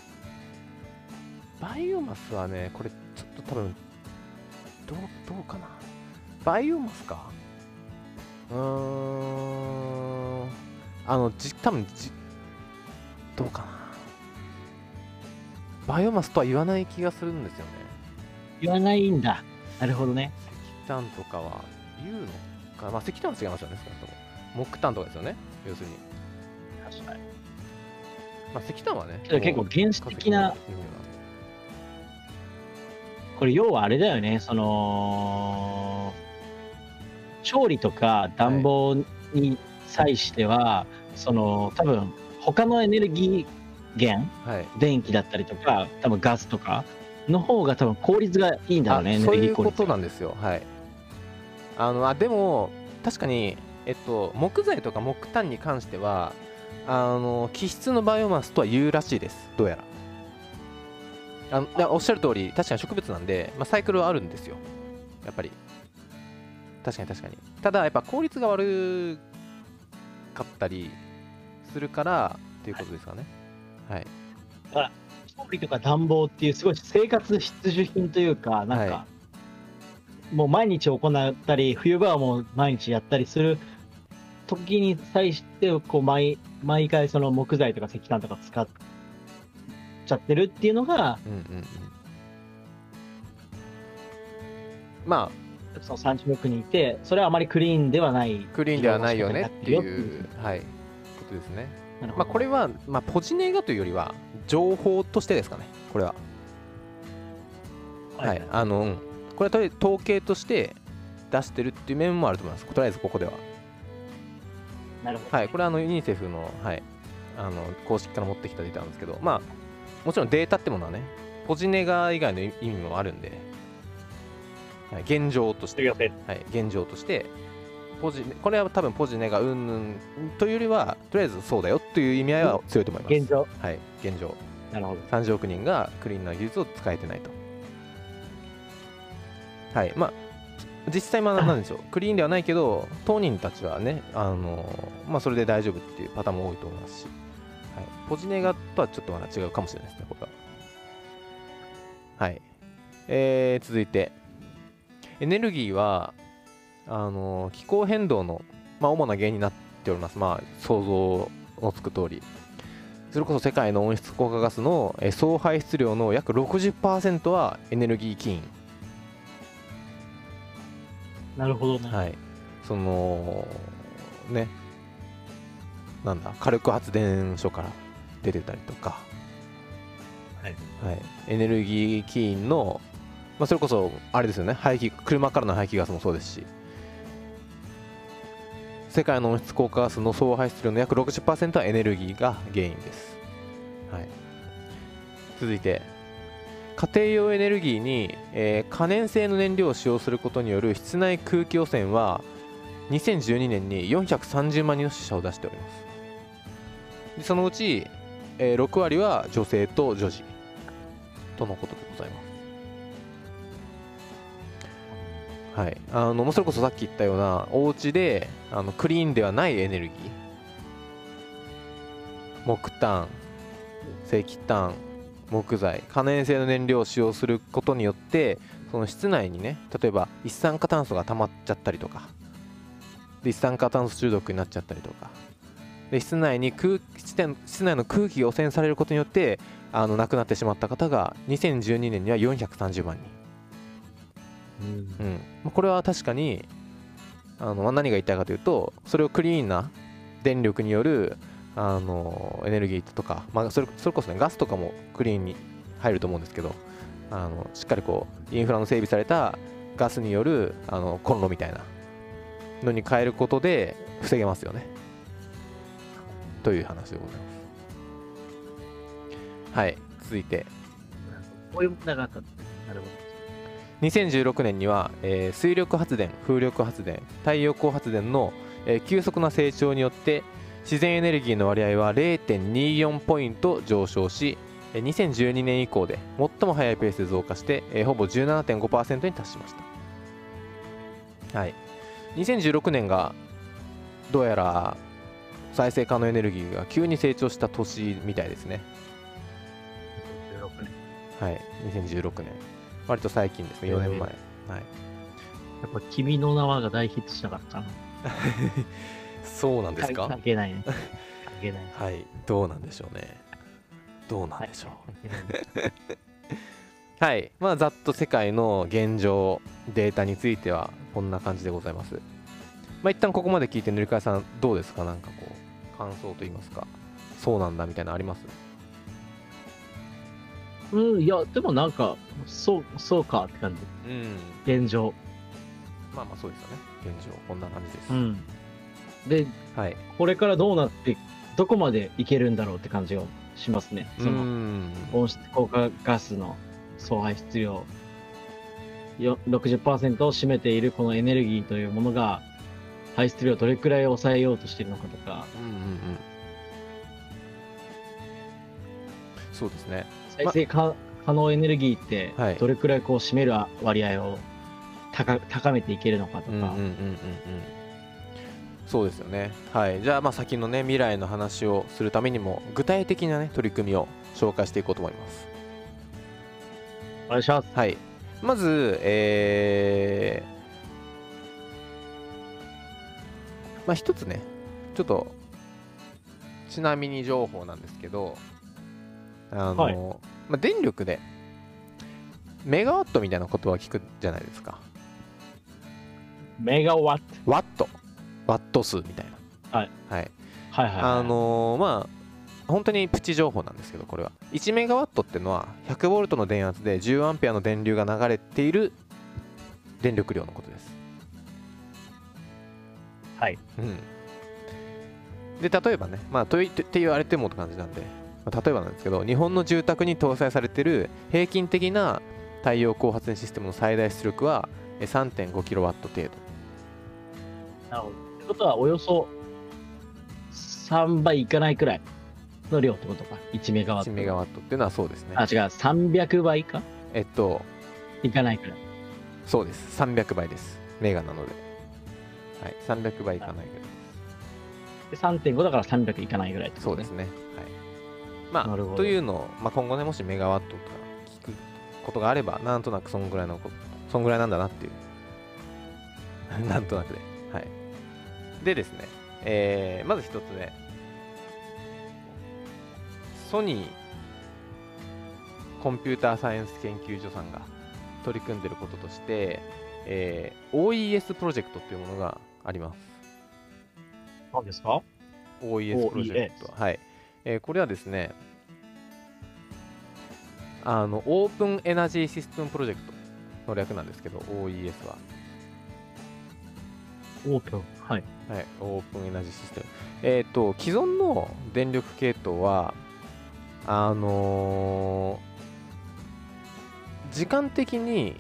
バイオマスはね、これちょっと多分どうどうかな。バイオマスか、うーん、あのじ多分じどうかな。バイオマスとは言わない気がするんですよね。 言わないんだ。なるほどね。 石炭とかは言うのか、まあ石炭は違いますよね、少なくとも木炭とかですよね、要するに。 確かに。 まあ石炭はね、 けど結構原始的なもうこれ要はあれだよね、その調理とか暖房に際しては、その多分他のエネルギー源、 はい、 電気だったりとか多分ガスとかの方が多分効率がいいんだろうね。エネそういうルギー効率ことなんですよ。はい。あのあでも確かに、えっと、木材とか木炭に関してはあの気質のバイオマスとは言うらしいです、どうやら。あのいやおっしゃる通り、確かに植物なんで、まあ、サイクルはあるんですよ、やっぱり。確かに確かに。ただやっぱ効率が悪かったりするからっていうことですかね。はい。 だから調理とか暖房っていうすごい生活必需品というか、なんか、 はもう毎日行ったり冬場はもう毎日やったりする時に際してこう 毎, 毎回その木材とか石炭とか使っちゃってるっていうのが、 うんうんうん、まあそのさんじゅうおくにんいて、それはあまりクリーンではない、 クリーンではないよねっていう、はい、ことですね。まあこれは、まあ、ポジネガというよりは情報としてですかね、これは。はい、はい、あの、うん、これはとりあえず統計として出してるっていう面もあると思います、とりあえずここでは。 なるほど。 はい、これはあのユニセフの、はい、あの公式から持ってきたデータなんですけど、まあもちろんデータってものはね、ポジネガ以外の意味もあるんで、はい、現状として、はい、現状としてポジこれは多分ポジネガうんぬんというよりは、とりあえずそうだよという意味合いは強いと思います。 現状。 はい、現状。 なるほど。 さんじゅうおくにんがクリーンな技術を使えてないと。はい、まあ実際まあなんでしょう、クリーンではないけど当人たちはね、あのまあそれで大丈夫っていうパターンも多いと思いますし、はい、ポジネガとはちょっとまだ違うかもしれないですね、これは。はい、えー、続いてエネルギーはあの気候変動の、まあ、主な原因になっております。まあ想像のつく通り、それこそ世界の温室効果ガスの総排出量の約 ろくじゅっパーセント はエネルギー起因。 なるほどね。 はい、そのね、なんだ、火力発電所から出てたりとか、 はいはい、エネルギー起因の、まあ、それこそあれですよね、排気、車からの排気ガスもそうですし、世界の温室効果ガスの総排出量の約 ろくじゅっパーセント はエネルギーが原因です。はい、続いて家庭用エネルギーに、えー、可燃性の燃料を使用することによる室内空気汚染はにせんじゅうにねんによんひゃくさんじゅうまんにんの死者を出しております。でそのうち、えー、ろくわりは女性と女児とのことでございます。はい、あのそれこそさっき言ったようなお家であのクリーンではないエネルギー、木炭、石炭、木材、可燃性の燃料を使用することによって、その室内にね、例えば一酸化炭素が溜まっちゃったりとかで、一酸化炭素中毒になっちゃったりとかで、室内に空室内の空気が汚染されることによってあの亡くなってしまった方がにせんじゅうにねんにはよんひゃくさんじゅうまんにん。うんうん、これは確かにあの何が言いたいかというと、それをクリーンな電力によるあのエネルギーとか、まあ、それそれこそねガスとかもクリーンに入ると思うんですけど、あのしっかりこうインフラの整備されたガスによるあのコンロみたいなのに変えることで防げますよねという話でございます。はい、続いてこういう問題があった。なるほど。 にせんじゅうろくねんには、えー、水力発電、風力発電、太陽光発電の、えー、急速な成長によって自然エネルギーの割合は れいてんによん ポイント上昇し、 えーにせんじゅうにねん以降で最も速いペースで増加して、えーほぼ じゅうななてんごパーセント に達しました。はい、にせんじゅうろくねんがどうやら再生可能エネルギーが急に成長した年みたいですね。 じゅうろくねん。 はい、にせんじゅうろくねん。割と最近ですね、よねんまえ。はい、 やっぱ君の名はが大ヒットしたからかな。 そうなんですか。 関係ないね。関係ない。 はい、どうなんでしょうね。どうなんでしょう。はい、まあざっと世界の現状、データについてはこんな感じでございます。まあ一旦ここまで聞いて、塗川さんどうですか、なんかこう、感想といいますか、そうなんだみたいなのあります？ うん、いや、でもなんか、そう、そうかって感じ。 うん。 現状。 まあまあそうですよね。現状、こんな感じです。 うん。で、 はい。 これからどうなって、どこまでいけるんだろうって感じがしますね。その、温室効果ガスの総排出量よろくじゅっパーセントを占めているこのエネルギーというものが排出量をどれくらい抑えようとしているのかとか、 うんうんうん。そうですね。 再生可能エネルギーってはいどれくらいこう占める割合を高高めていけるのかとか、 うんうんうんうんうん。そうですよね。はい。じゃあまあ先のね、未来の話をするためにも具体的なね、取り組みを紹介していこうと思います。 お願いします。 はい。まず、えー、まあ一つね、ちょっとちなみに情報なんですけど、あの、 はいまあ、電力でメガワットみたいな言葉を聞くじゃないですか。 メガワット。 ワット、ワット数みたいな。 はい。 はい。 はいはいはい。 あのーまあ本当にプチ情報なんですけど、これは。いちメガワットっていうのはひゃくボルトの電圧でじゅうアンペアの電流が流れている電力量のことです。 はい。 うん。で、例えばね、まあ、といって言われてもって感じなんで、まあ、例えばなんですけど、日本の住宅に搭載されている平均的な太陽光発電システムの最大出力は さんてんごキロワット 程度。 なるほど。ってことは、およそさんばいいかないくらいの量ってことか。いちメガワット。 いちメガワットっていうのはそうですね。 あ、違う。さんびゃくばいかえっと、 いかないくらい。 そうです。さんびゃくばいです。メガなので。はい。さんびゃくばいいかないぐらいです。 で さんてんごだからさんびゃくいかないぐらいってこと、ね、 そうですね。はい。まあ、というのを、まあ、今後ね、もしメガワットとか聞くことがあれば、なんとなくそんぐらいの、そんぐらいなんだなっていう。なんとなくで。はい。でですね、えー、まず一つ目。ソニーコンピューターサイエンス研究所さんが取り組んでいることとして、えー、オーイーエス プロジェクトというものがあります。 何ですか？ オーイーエス プロジェクト。はい。えー、これはですね、あの、オープンエナジーシステムプロジェクトの略なんですけど、オーイーエス は。 オープン。はい。 はい、オープンエナジーシステム。えっ、ー、と、既存の電力系統は、あのー、時間的に、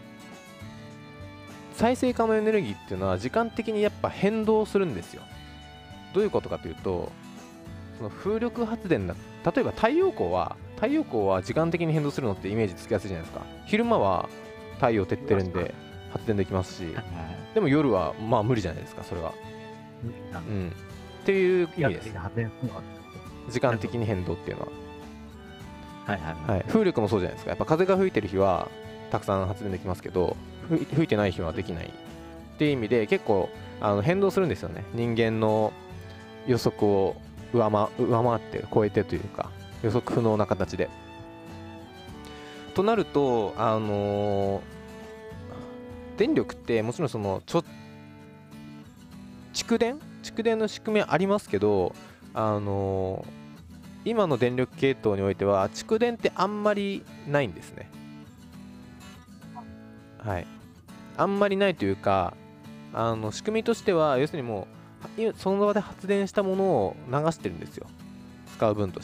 再生可能エネルギーっていうのは時間的にやっぱ変動するんですよ。どういうことかというと、その風力発電だ、例えば太陽光は、太陽光は時間的に変動するのってイメージつきやすいじゃないですか。昼間は太陽照ってるんで発電できますし、でも夜はまあ無理じゃないですか、それは。うん。っていう意味です。時間的に変動っていうのは。 はいはいはい。風力もそうじゃないですか。やっぱ風が吹いてる日はたくさん発電できますけど、吹いてない日はできないっていう意味で結構あの変動するんですよね。人間の予測を上回、上回って超えてというか予測不能な形で。となると、あのー、電力ってもちろんそのちょ蓄電蓄電の仕組みはありますけど、あのー、今の電力系統においては蓄電ってあんまりないんですね。はい。あんまりないというか、あの仕組みとしては要するにもうその場で発電したものを流してるんですよ、使う分として。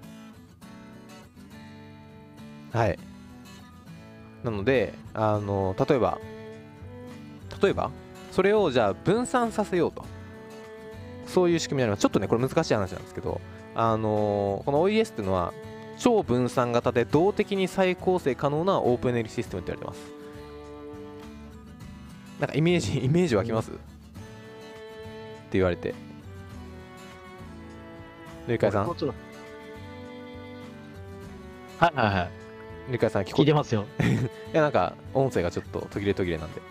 はい。なので、あの例えば例えばそれをじゃあ分散させようと、そういう仕組みになります。ちょっとねこれ難しい話なんですけど、あのこの オーイーエス っていうのは超分散型で動的に再構成可能なオープンエネルギーシステムって言われてます。なんかイメージイメージ湧きます、うん、って言われて、ルイカイさん、 はいはいはい、 ルイカイさん聞こ聞いてますよいやなんか音声がちょっと途切れ途切れなんで、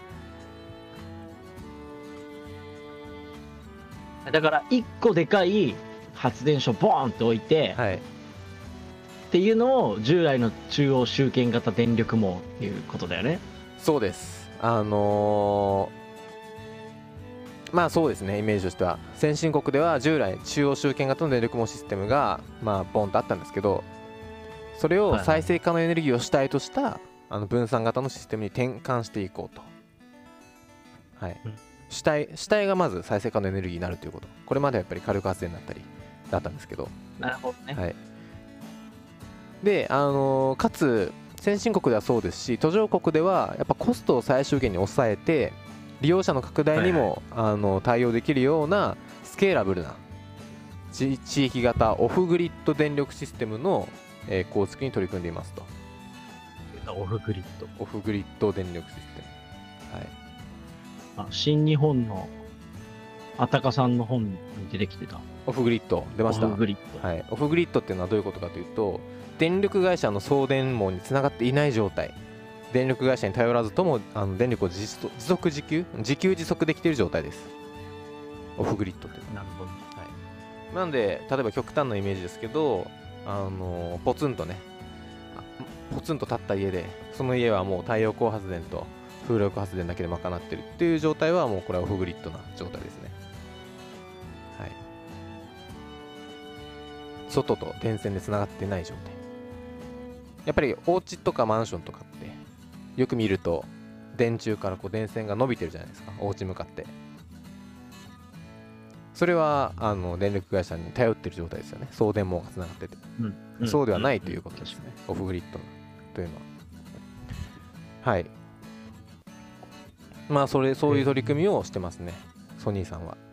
だからいっこでかい発電所ボーンって置いて、 はい、 っていうのを従来の中央集権型電力網っていうことだよね。 そうです。あのー、まあそうですね、イメージとしては先進国では従来中央集権型の電力網システムがまあボンとあったんですけど、それを再生可能エネルギーを主体としたあの分散型のシステムに転換していこうと。はい、うん、主体主体がまず再生可能エネルギーになるということ。これまではやっぱり火力発電だったりだったんですけど、 なるほどね。 はい、で、あのー、かつ先進国ではそうですし、途上国ではやっぱコストを最小限に抑えて利用者の拡大にも、はいはい、あの対応できるようなスケーラブルな地域型オフグリッド電力システムの、えー、構築に取り組んでいますと。 オフグリッドオフグリッド電力システム、はい、 あ、新日本のあたかさんの本に出てきてたオフグリッド出ました。 オフグリッド、 はい、オフグリッドっていうのはどういうことかというと、電力会社の送電網につながっていない状態、電力会社に頼らずともあの電力を自足自給自給自足できている状態です、オフグリッドって。 なるほど、 はい、なんで例えば極端なイメージですけど、あのポツンとねポツンと立った家で、その家はもう太陽光発電と風力発電だけで賄ってるっていう状態はもうこれはオフグリッドな状態ですね。はい、外と電線でつながってない状態。やっぱりお家とかマンションとかってよく見ると電柱からこう電線が伸びてるじゃないですか、お家向かって。それはあの電力会社に頼ってる状態ですよね、送電網がつながってて、うんうん、そうではないということですね、うん、オフグリッドというのは。はい、まあそれそういう取り組みをしてますね、ソニーさんは。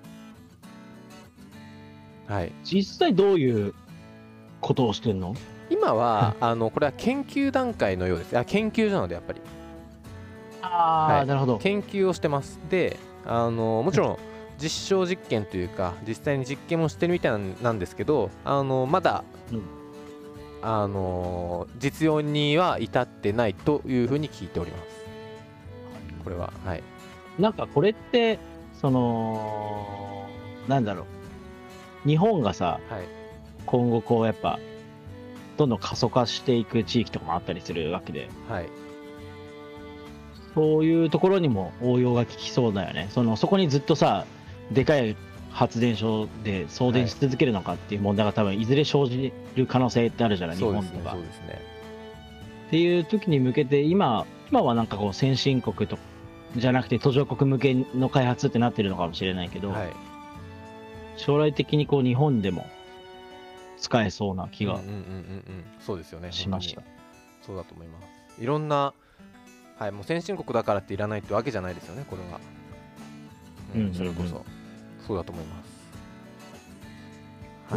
はい、 実際どういうことをしてんの？ 今はあのこれは研究段階のようです。あ、研究所なのでやっぱり。 ああ、はい、なるほど。 研究をしてます。で、あのもちろん実証実験というか実際に実験もしてるみたいなんですけど、あのまだ、うん、あの実用には至ってないというふうに聞いております。これは、はい。 なんかこれってそのなんだろう、日本がさ、はい、今後こうやっぱどんどん過疎化していく地域とかもあったりするわけで、はい、そういうところにも応用が効きそうだよね。そのそこにずっとさ、でかい発電所で送電し続けるのかっていう問題が多分いずれ生じる可能性ってあるじゃない、日本とか。そうですね。っていう時に向けて今今はなんかこう先進国とじゃなくて途上国向けの開発ってなってるのかもしれないけど、はい、将来的にこう日本でも使えそうな気がしました。 そうだと思います。いろんな、はい、もう先進国だからっていらないってわけじゃないですよね、これは。うん、うん、それこそそうだと思います。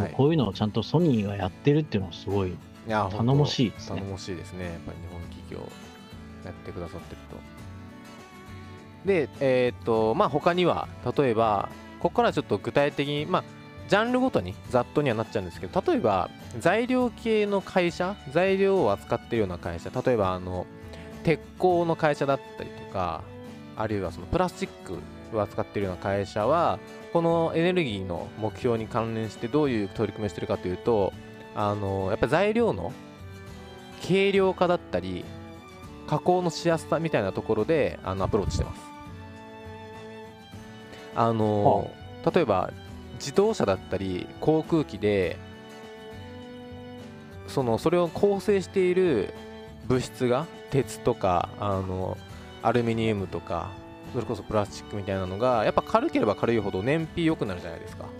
はい、こういうのをちゃんとソニーがやってるっていうのはすごい頼もしいですね。 頼もしいですね、やっぱり日本企業やってくださってると。で、えー、っとまあ他には例えばここからちょっと具体的にまあジャンルごとにざっとにはなっちゃうんですけど、例えば材料系の会社、材料を扱っているような会社、例えばあの鉄鋼の会社だったりとか、あるいはそのプラスチックを扱っているような会社はこのエネルギーの目標に関連してどういう取り組みをしているかというと、あのやっぱり材料の軽量化だったり加工のしやすさみたいなところであのアプローチしてます。あの例えば自動車だったり航空機でそのそれを構成している物質が鉄とかあのアルミニウムとかそれこそプラスチックみたいなのがやっぱ軽ければ軽いほど燃費良くなるじゃないですか。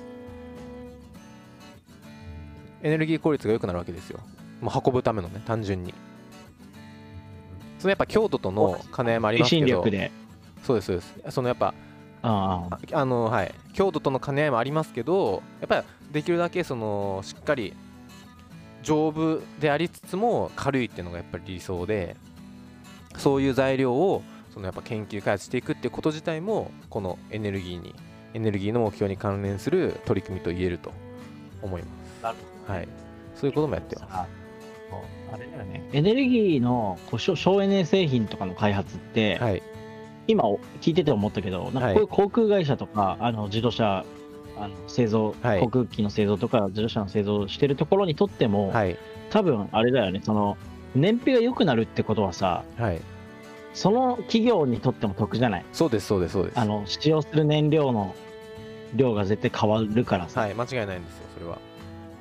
エネルギー効率が良くなるわけですよ、もう運ぶためのね、単純に。そのやっぱ強度との兼ね合いもありますけど、 推進力で。 そうですそうです。そのやっぱああの、はい、強度との兼ね合いもありますけど、やっぱりできるだけそのしっかり丈夫でありつつも軽いっていうのがやっぱり理想で、そういう材料をそのやっぱ研究開発していくっていうこと自体もこのエネルギーにエネルギーの目標に関連する取り組みと言えると思います。 なるほど。 はい、そういうこともやってます。 ああれだよね、エネルギーのこう省省エネ製品とかの開発って、 はい、 今聞いてて思ったけど、なんかこういう航空会社とか、あの自動車あの製造、 はい航空機の製造とか自動車の製造をしてるところにとっても、 はい、 多分あれだよね、その燃費が良くなるってことはさ、 はい、 その企業にとっても得じゃない。 そうですそうですそうです。 あの使用する燃料の量が絶対変わるからさ、 はい、間違いないんですよそれは。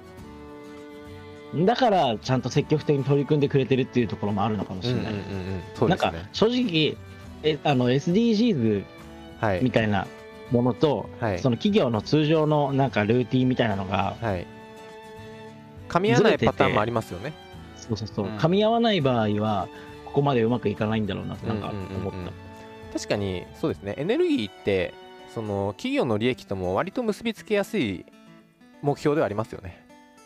だからちゃんと積極的に取り組んでくれてるっていうところもあるのかもしれない。 うんうんうんうん、そうですね。 なんか正直えあの エスディージーズはいみたいなものと、 はい、 その企業の通常のなんかルーティンみたいなのが、 はい、噛み合わないパターンもありますよね。 そうそうそう、 うん、 噛み合わない場合はここまでうまくいかないんだろうなってなんか思った、 うんうんうんうん、確かにそうですね。エネルギーってその企業の利益とも割と結びつけやすい目標ではありますよね。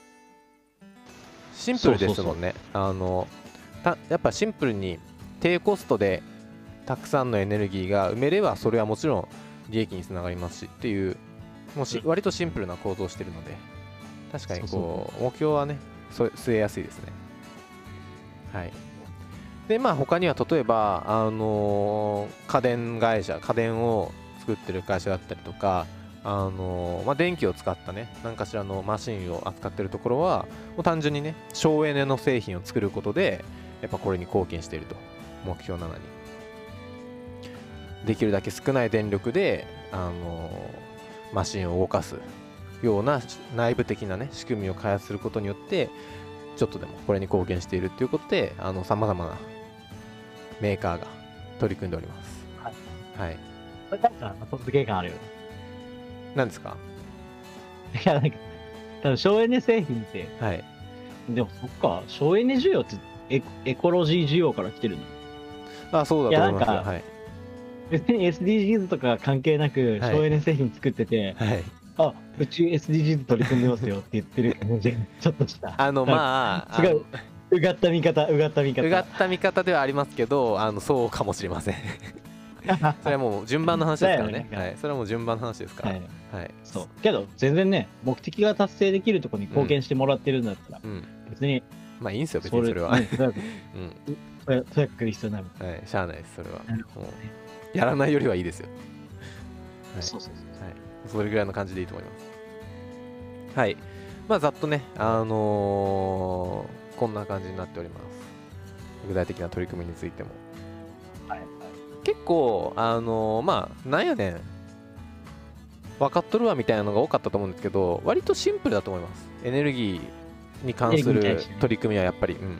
シンプルですもんね。あのたやっぱシンプルに低コストでたくさんのエネルギーが埋めればそれはもちろん利益につながりますしっていう、もうし割とシンプルな構造をしているので、確かにこう目標はね据えやすいですね。はい。でまあ他には例えばあのー、家電会社家電を作ってる会社だったりとか、あのーまあ、電気を使ったね何かしらのマシンを扱ってるところはもう単純にね省エネの製品を作ることでやっぱこれに貢献していると。目標ななにできるだけ少ない電力で、あのー、マシンを動かすような内部的なね仕組みを開発することによってちょっとでもこれに貢献しているということで、あの様々なメーカーが取り組んでおります。はい。はい。 これなんか後付け感あるよね。 何ですか？ いやなんか多分省エネ製品って、 はい。 でもそっか、省エネ需要ってエエコロジー需要から来てるの。 あ、そうだと思いますよ。はい。 別に エスディージーズ とか関係なく省エネ製品作ってて、 はい、 あ、うち エスディージーズ 取り組んでますよって言ってる感じちょっとしたあのまあ違う、うがった見方うがった見方うがった見方ではありますけど、あのそうかもしれませんそれはもう順番の話ですからね。はい、それはもう順番の話ですから。はい、はい、 そうけど全然ね目的が達成できるところに貢献してもらってるんだったら、うん、別にまあいいんですよ別にそれは。うん。 とやかく必要ないもん。 はい、しゃあないですそれは。もうやらないよりはいいですよ。 はい、そうそうそう。 はい、それぐらいの感じでいいと思います。はい。まあざっとね、あのー、こんな感じになっております。具体的な取り組みについても。 はいはい、 結構、あのー、まあ、なんやねん、分かっとるわみたいなのが多かったと思うんですけど、割とシンプルだと思います。エネルギーに関する取り組みはやっぱり。うん。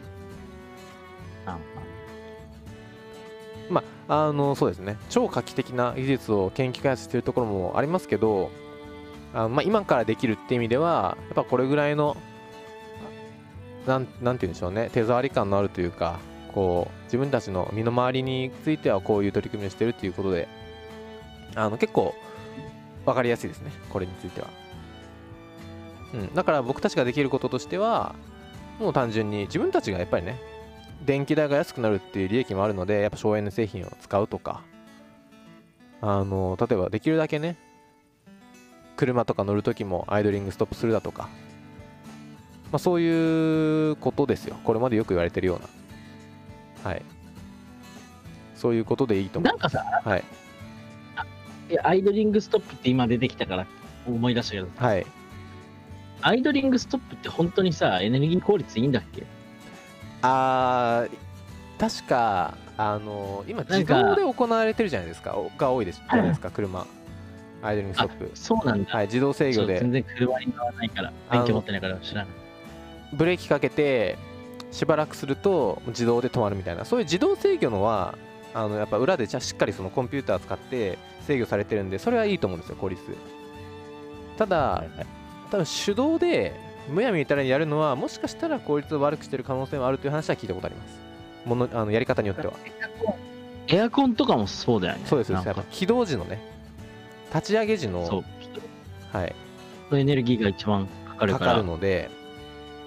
まあ、あのそうですね、超画期的な技術を研究開発しているところもありますけど、あのまあ、今からできるって意味ではやっぱこれぐらいのなんなんて言うんでしょうね、手触り感のあるというか、こう自分たちの身の回りについてはこういう取り組みをしているということで、あの結構分かりやすいですね、これについては。うん、だから僕たちができることとしてはもう単純に自分たちがやっぱりね電気代が安くなるっていう利益もあるので、やっぱ省エネ製品を使うとか、あの例えばできるだけね車とか乗るときもアイドリングストップするだとか、まあ、そういうことですよ。これまでよく言われてるような、はい、そういうことでいいと思う。 なんかさ、 はい、 いやアイドリングストップって今出てきたから思い出したけど、 はい、 アイドリングストップって本当にさエネルギー効率いいんだっけ？ あー確かあの今自動で行われてるじゃないですか、が多いですじゃないですか、車アイドリングストップ。 そうなんだ。 はい、自動制御で。 全然車に乗らないから免許持ってないから知らない。 ブレーキかけてしばらくすると自動で止まるみたいな、そういう自動制御のはあのやっぱ裏でじゃしっかりそのコンピューターを使って制御されてるんで、それはいいと思うんですよ、効率。ただ、はいはい、多分手動でむやみにたらにやるのはもしかしたら効率を悪くしてる可能性もあるという話は聞いたことあります。ものあのやり方によっては。 エアコンとかもそうだよね。 そうです。やっぱ起動時のね、立ち上げ時の、 そう、 はい、 エネルギーが一番かかるから。 かかるので、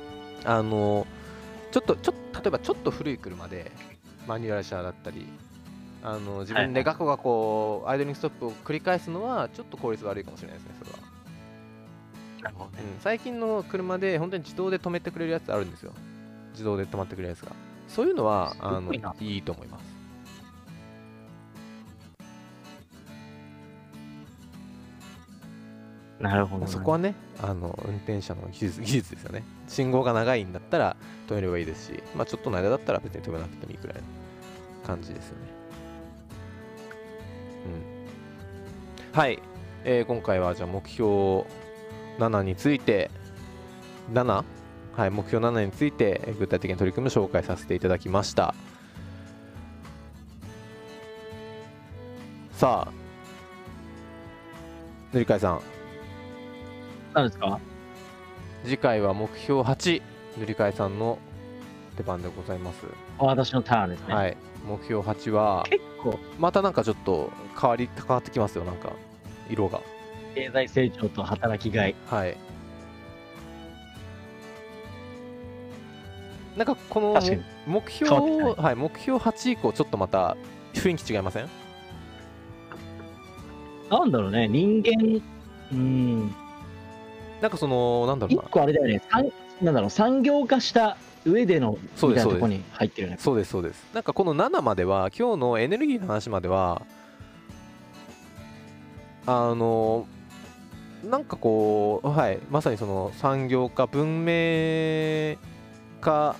あのちょっとちょっと例えばちょっと古い車でマニュアル車だったり、あの自分でガコガコアイドリングストップを繰り返すのはちょっと効率悪いかもしれないですね、それは。 なるほどね。 うん、最近の車で本当に自動で止めてくれるやつあるんですよ。自動で止まってくれるやつが。そういうのはあのすごいないいと思います。 なるほど、ね。 そこはね、あの運転者の技術、技術ですよね。信号が長いんだったら止めればいいですし、まあ、ちょっとの間だったら別に止めなくてもいいくらいの感じですよね。うん、はい、えー今回はじゃあ目標ななについて、なな? はい、目標ななについてえー具体的に取り組む紹介させていただきました。さあ、塗り替えさん、 何ですか？ 次回は目標はち、塗り替えさんの出番でございます。 私のターンですね。 はい、目標はちは結構、 またなんかちょっと変わり変わってきますよ、なんか色が。 経済成長と働きがい。 はい。なんかこの確かに目標、 変わってきはい、目標はち以降ちょっとまた雰囲気違いません？ なんだろうね、人間、うん、 なんかそのなんだろう一な。 個あれだよね、産なんだろう、産業化した上でのそうですみたいなところに入ってるよね。 そうですそうです。なんかこのななまでは、今日のエネルギーの話まではあのなんかこう、はい、まさにその産業化、文明化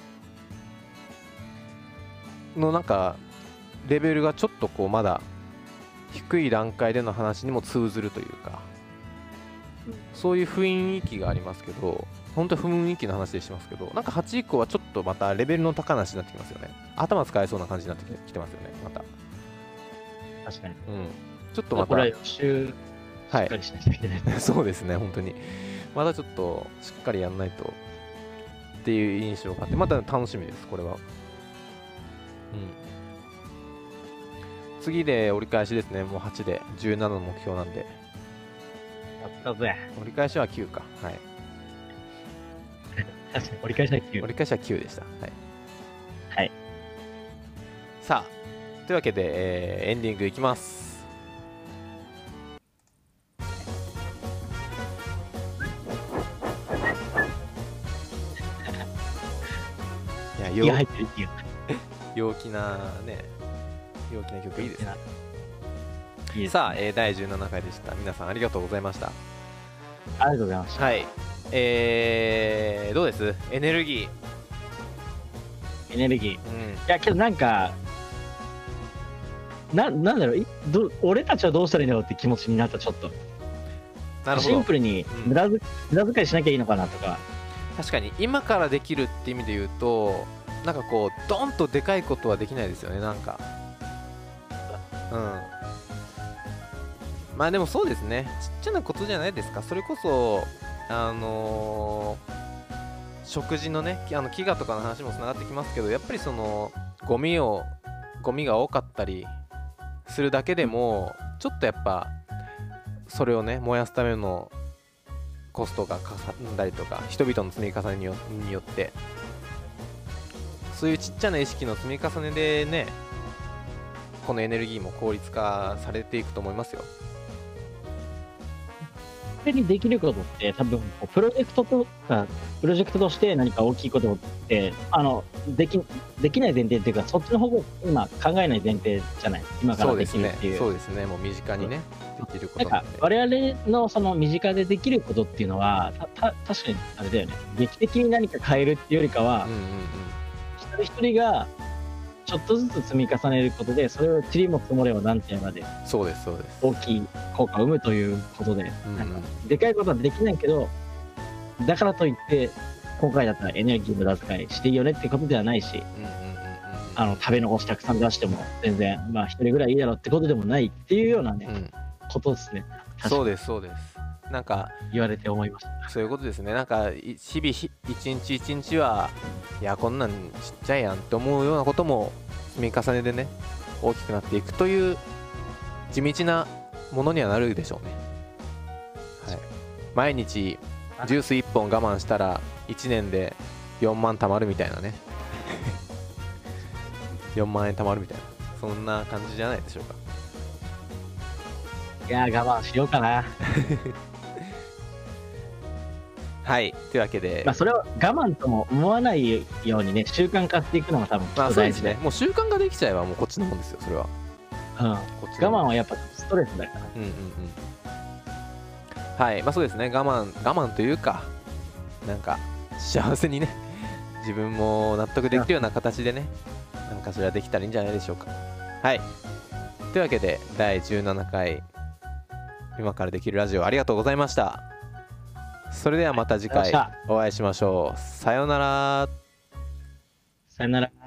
のなんかレベルがちょっとこうまだ低い段階での話にも通ずるというか、そういう雰囲気がありますけど、本当雰囲気の話でしてますけど、なんかはち以降はちょっとまたレベルの高い話になってきますよね。頭使えそうな感じになってきてますよね、また。 確かに。 うん、ちょっとまた、 これは予習しはいっかりしないといけない。 そうですね、本当に。またちょっとしっかりやんないとっていう印象があって、また楽しみです、これは。うん。次で折り返しですね、もうはちでじゅうななの目標なんで。 やったぜ。 折り返しはきゅうか。はい。 確かに折り返しはきゅう。 折り返しはきゅうでした。はい。 はい。 さあ、というわけで、えーエンディングいきます。いや、陽気が入ってる、気が。 陽気なね、陽気な曲いいですね。 いいです。 さあ、えーだいじゅうななかいでした。皆さんありがとうございました。 ありがとうございました。 はい。えー、どうですエネルギー。 エネルギー。いうん。 や、けどなんか、な、なんだろう、いど俺たちはどうしたらいいんだろうって気持ちになった、ちょっと。 なるほどシンプ。ルにうん無駄づ、無駄遣いしなきゃいいのかなとか。 確かに今からできるって意味で言うと、なんかこうドンとでかいことはできないですよね、なんか。うん。まあでもそうですね、ちっちゃなことじゃないですか。それこそあのー食事のね、きあの飢餓とかの話もつながってきますけど、やっぱりそのゴミをゴミが多かったりするだけでもちょっとやっぱそれをね燃やすためのコストがかさんだりとか、人々の積み重ねによによってそういうちっちゃな意識の積み重ねでね、このエネルギーも効率化されていくと思いますよ。 それにできることって多分こうプロジェクトとかプロジェクトとして何か大きいことってあのできできない前提っていうか、そっちの方を今考えない前提じゃない、今からでそうですねきるっていう。 そうですね、もう身近にねできるこなんかとなんで。 我々のその身近でできることっていうのはたた確かにあれだよね、劇的に何か変えるっていうよりかは、 うんうんうん。 一人一人がちょっとずつ積み重ねることで、それを塵も積もればなんてやらでそうですそうです。 大きい効果を生むということで、 うんうんなんかでかいことはできないけど、だからといって今回だったらエネルギー無駄遣いしていいよねってことではないし、 うんうんうんうん。 あの食べ残したくさん出しても全然まあ一人ぐらいいいだろうってことでもないっていうようなね、 うん、 ことですね。 そうでですそうです。なんか言われて思いました。 そういうことですね。なんかい日々ひ一日一日はいやこんなんちっちゃいやんって思うようなことも積み重ねでね大きくなっていくという地道なものにはなるでしょうね。はい、毎日ジュースいっぽん我慢したらいちねんでよんまん貯まるみたいなねよんまんえん貯まるみたいな、そんな感じじゃないでしょうか。 いやー我慢しようかな。 はいというわけで、 まあそれを我慢とも思わないようにね習慣化していくのが多分きっまあと大事で、 そうですね、もう習慣ができちゃえばもうこっちのもんですよそれは。 うん、我こっちのもん慢はやっぱストレスだから。 うんうんうん。はいまあそうですね、我慢我慢というかなんか幸せにね自分も納得できるような形でね何かしらできたらいいんじゃないでしょうか。はいというわけでだいじゅうななかい今からできるラジオありがとうございました。それではまた次回お会いしましょう。さようなら。 さよなら。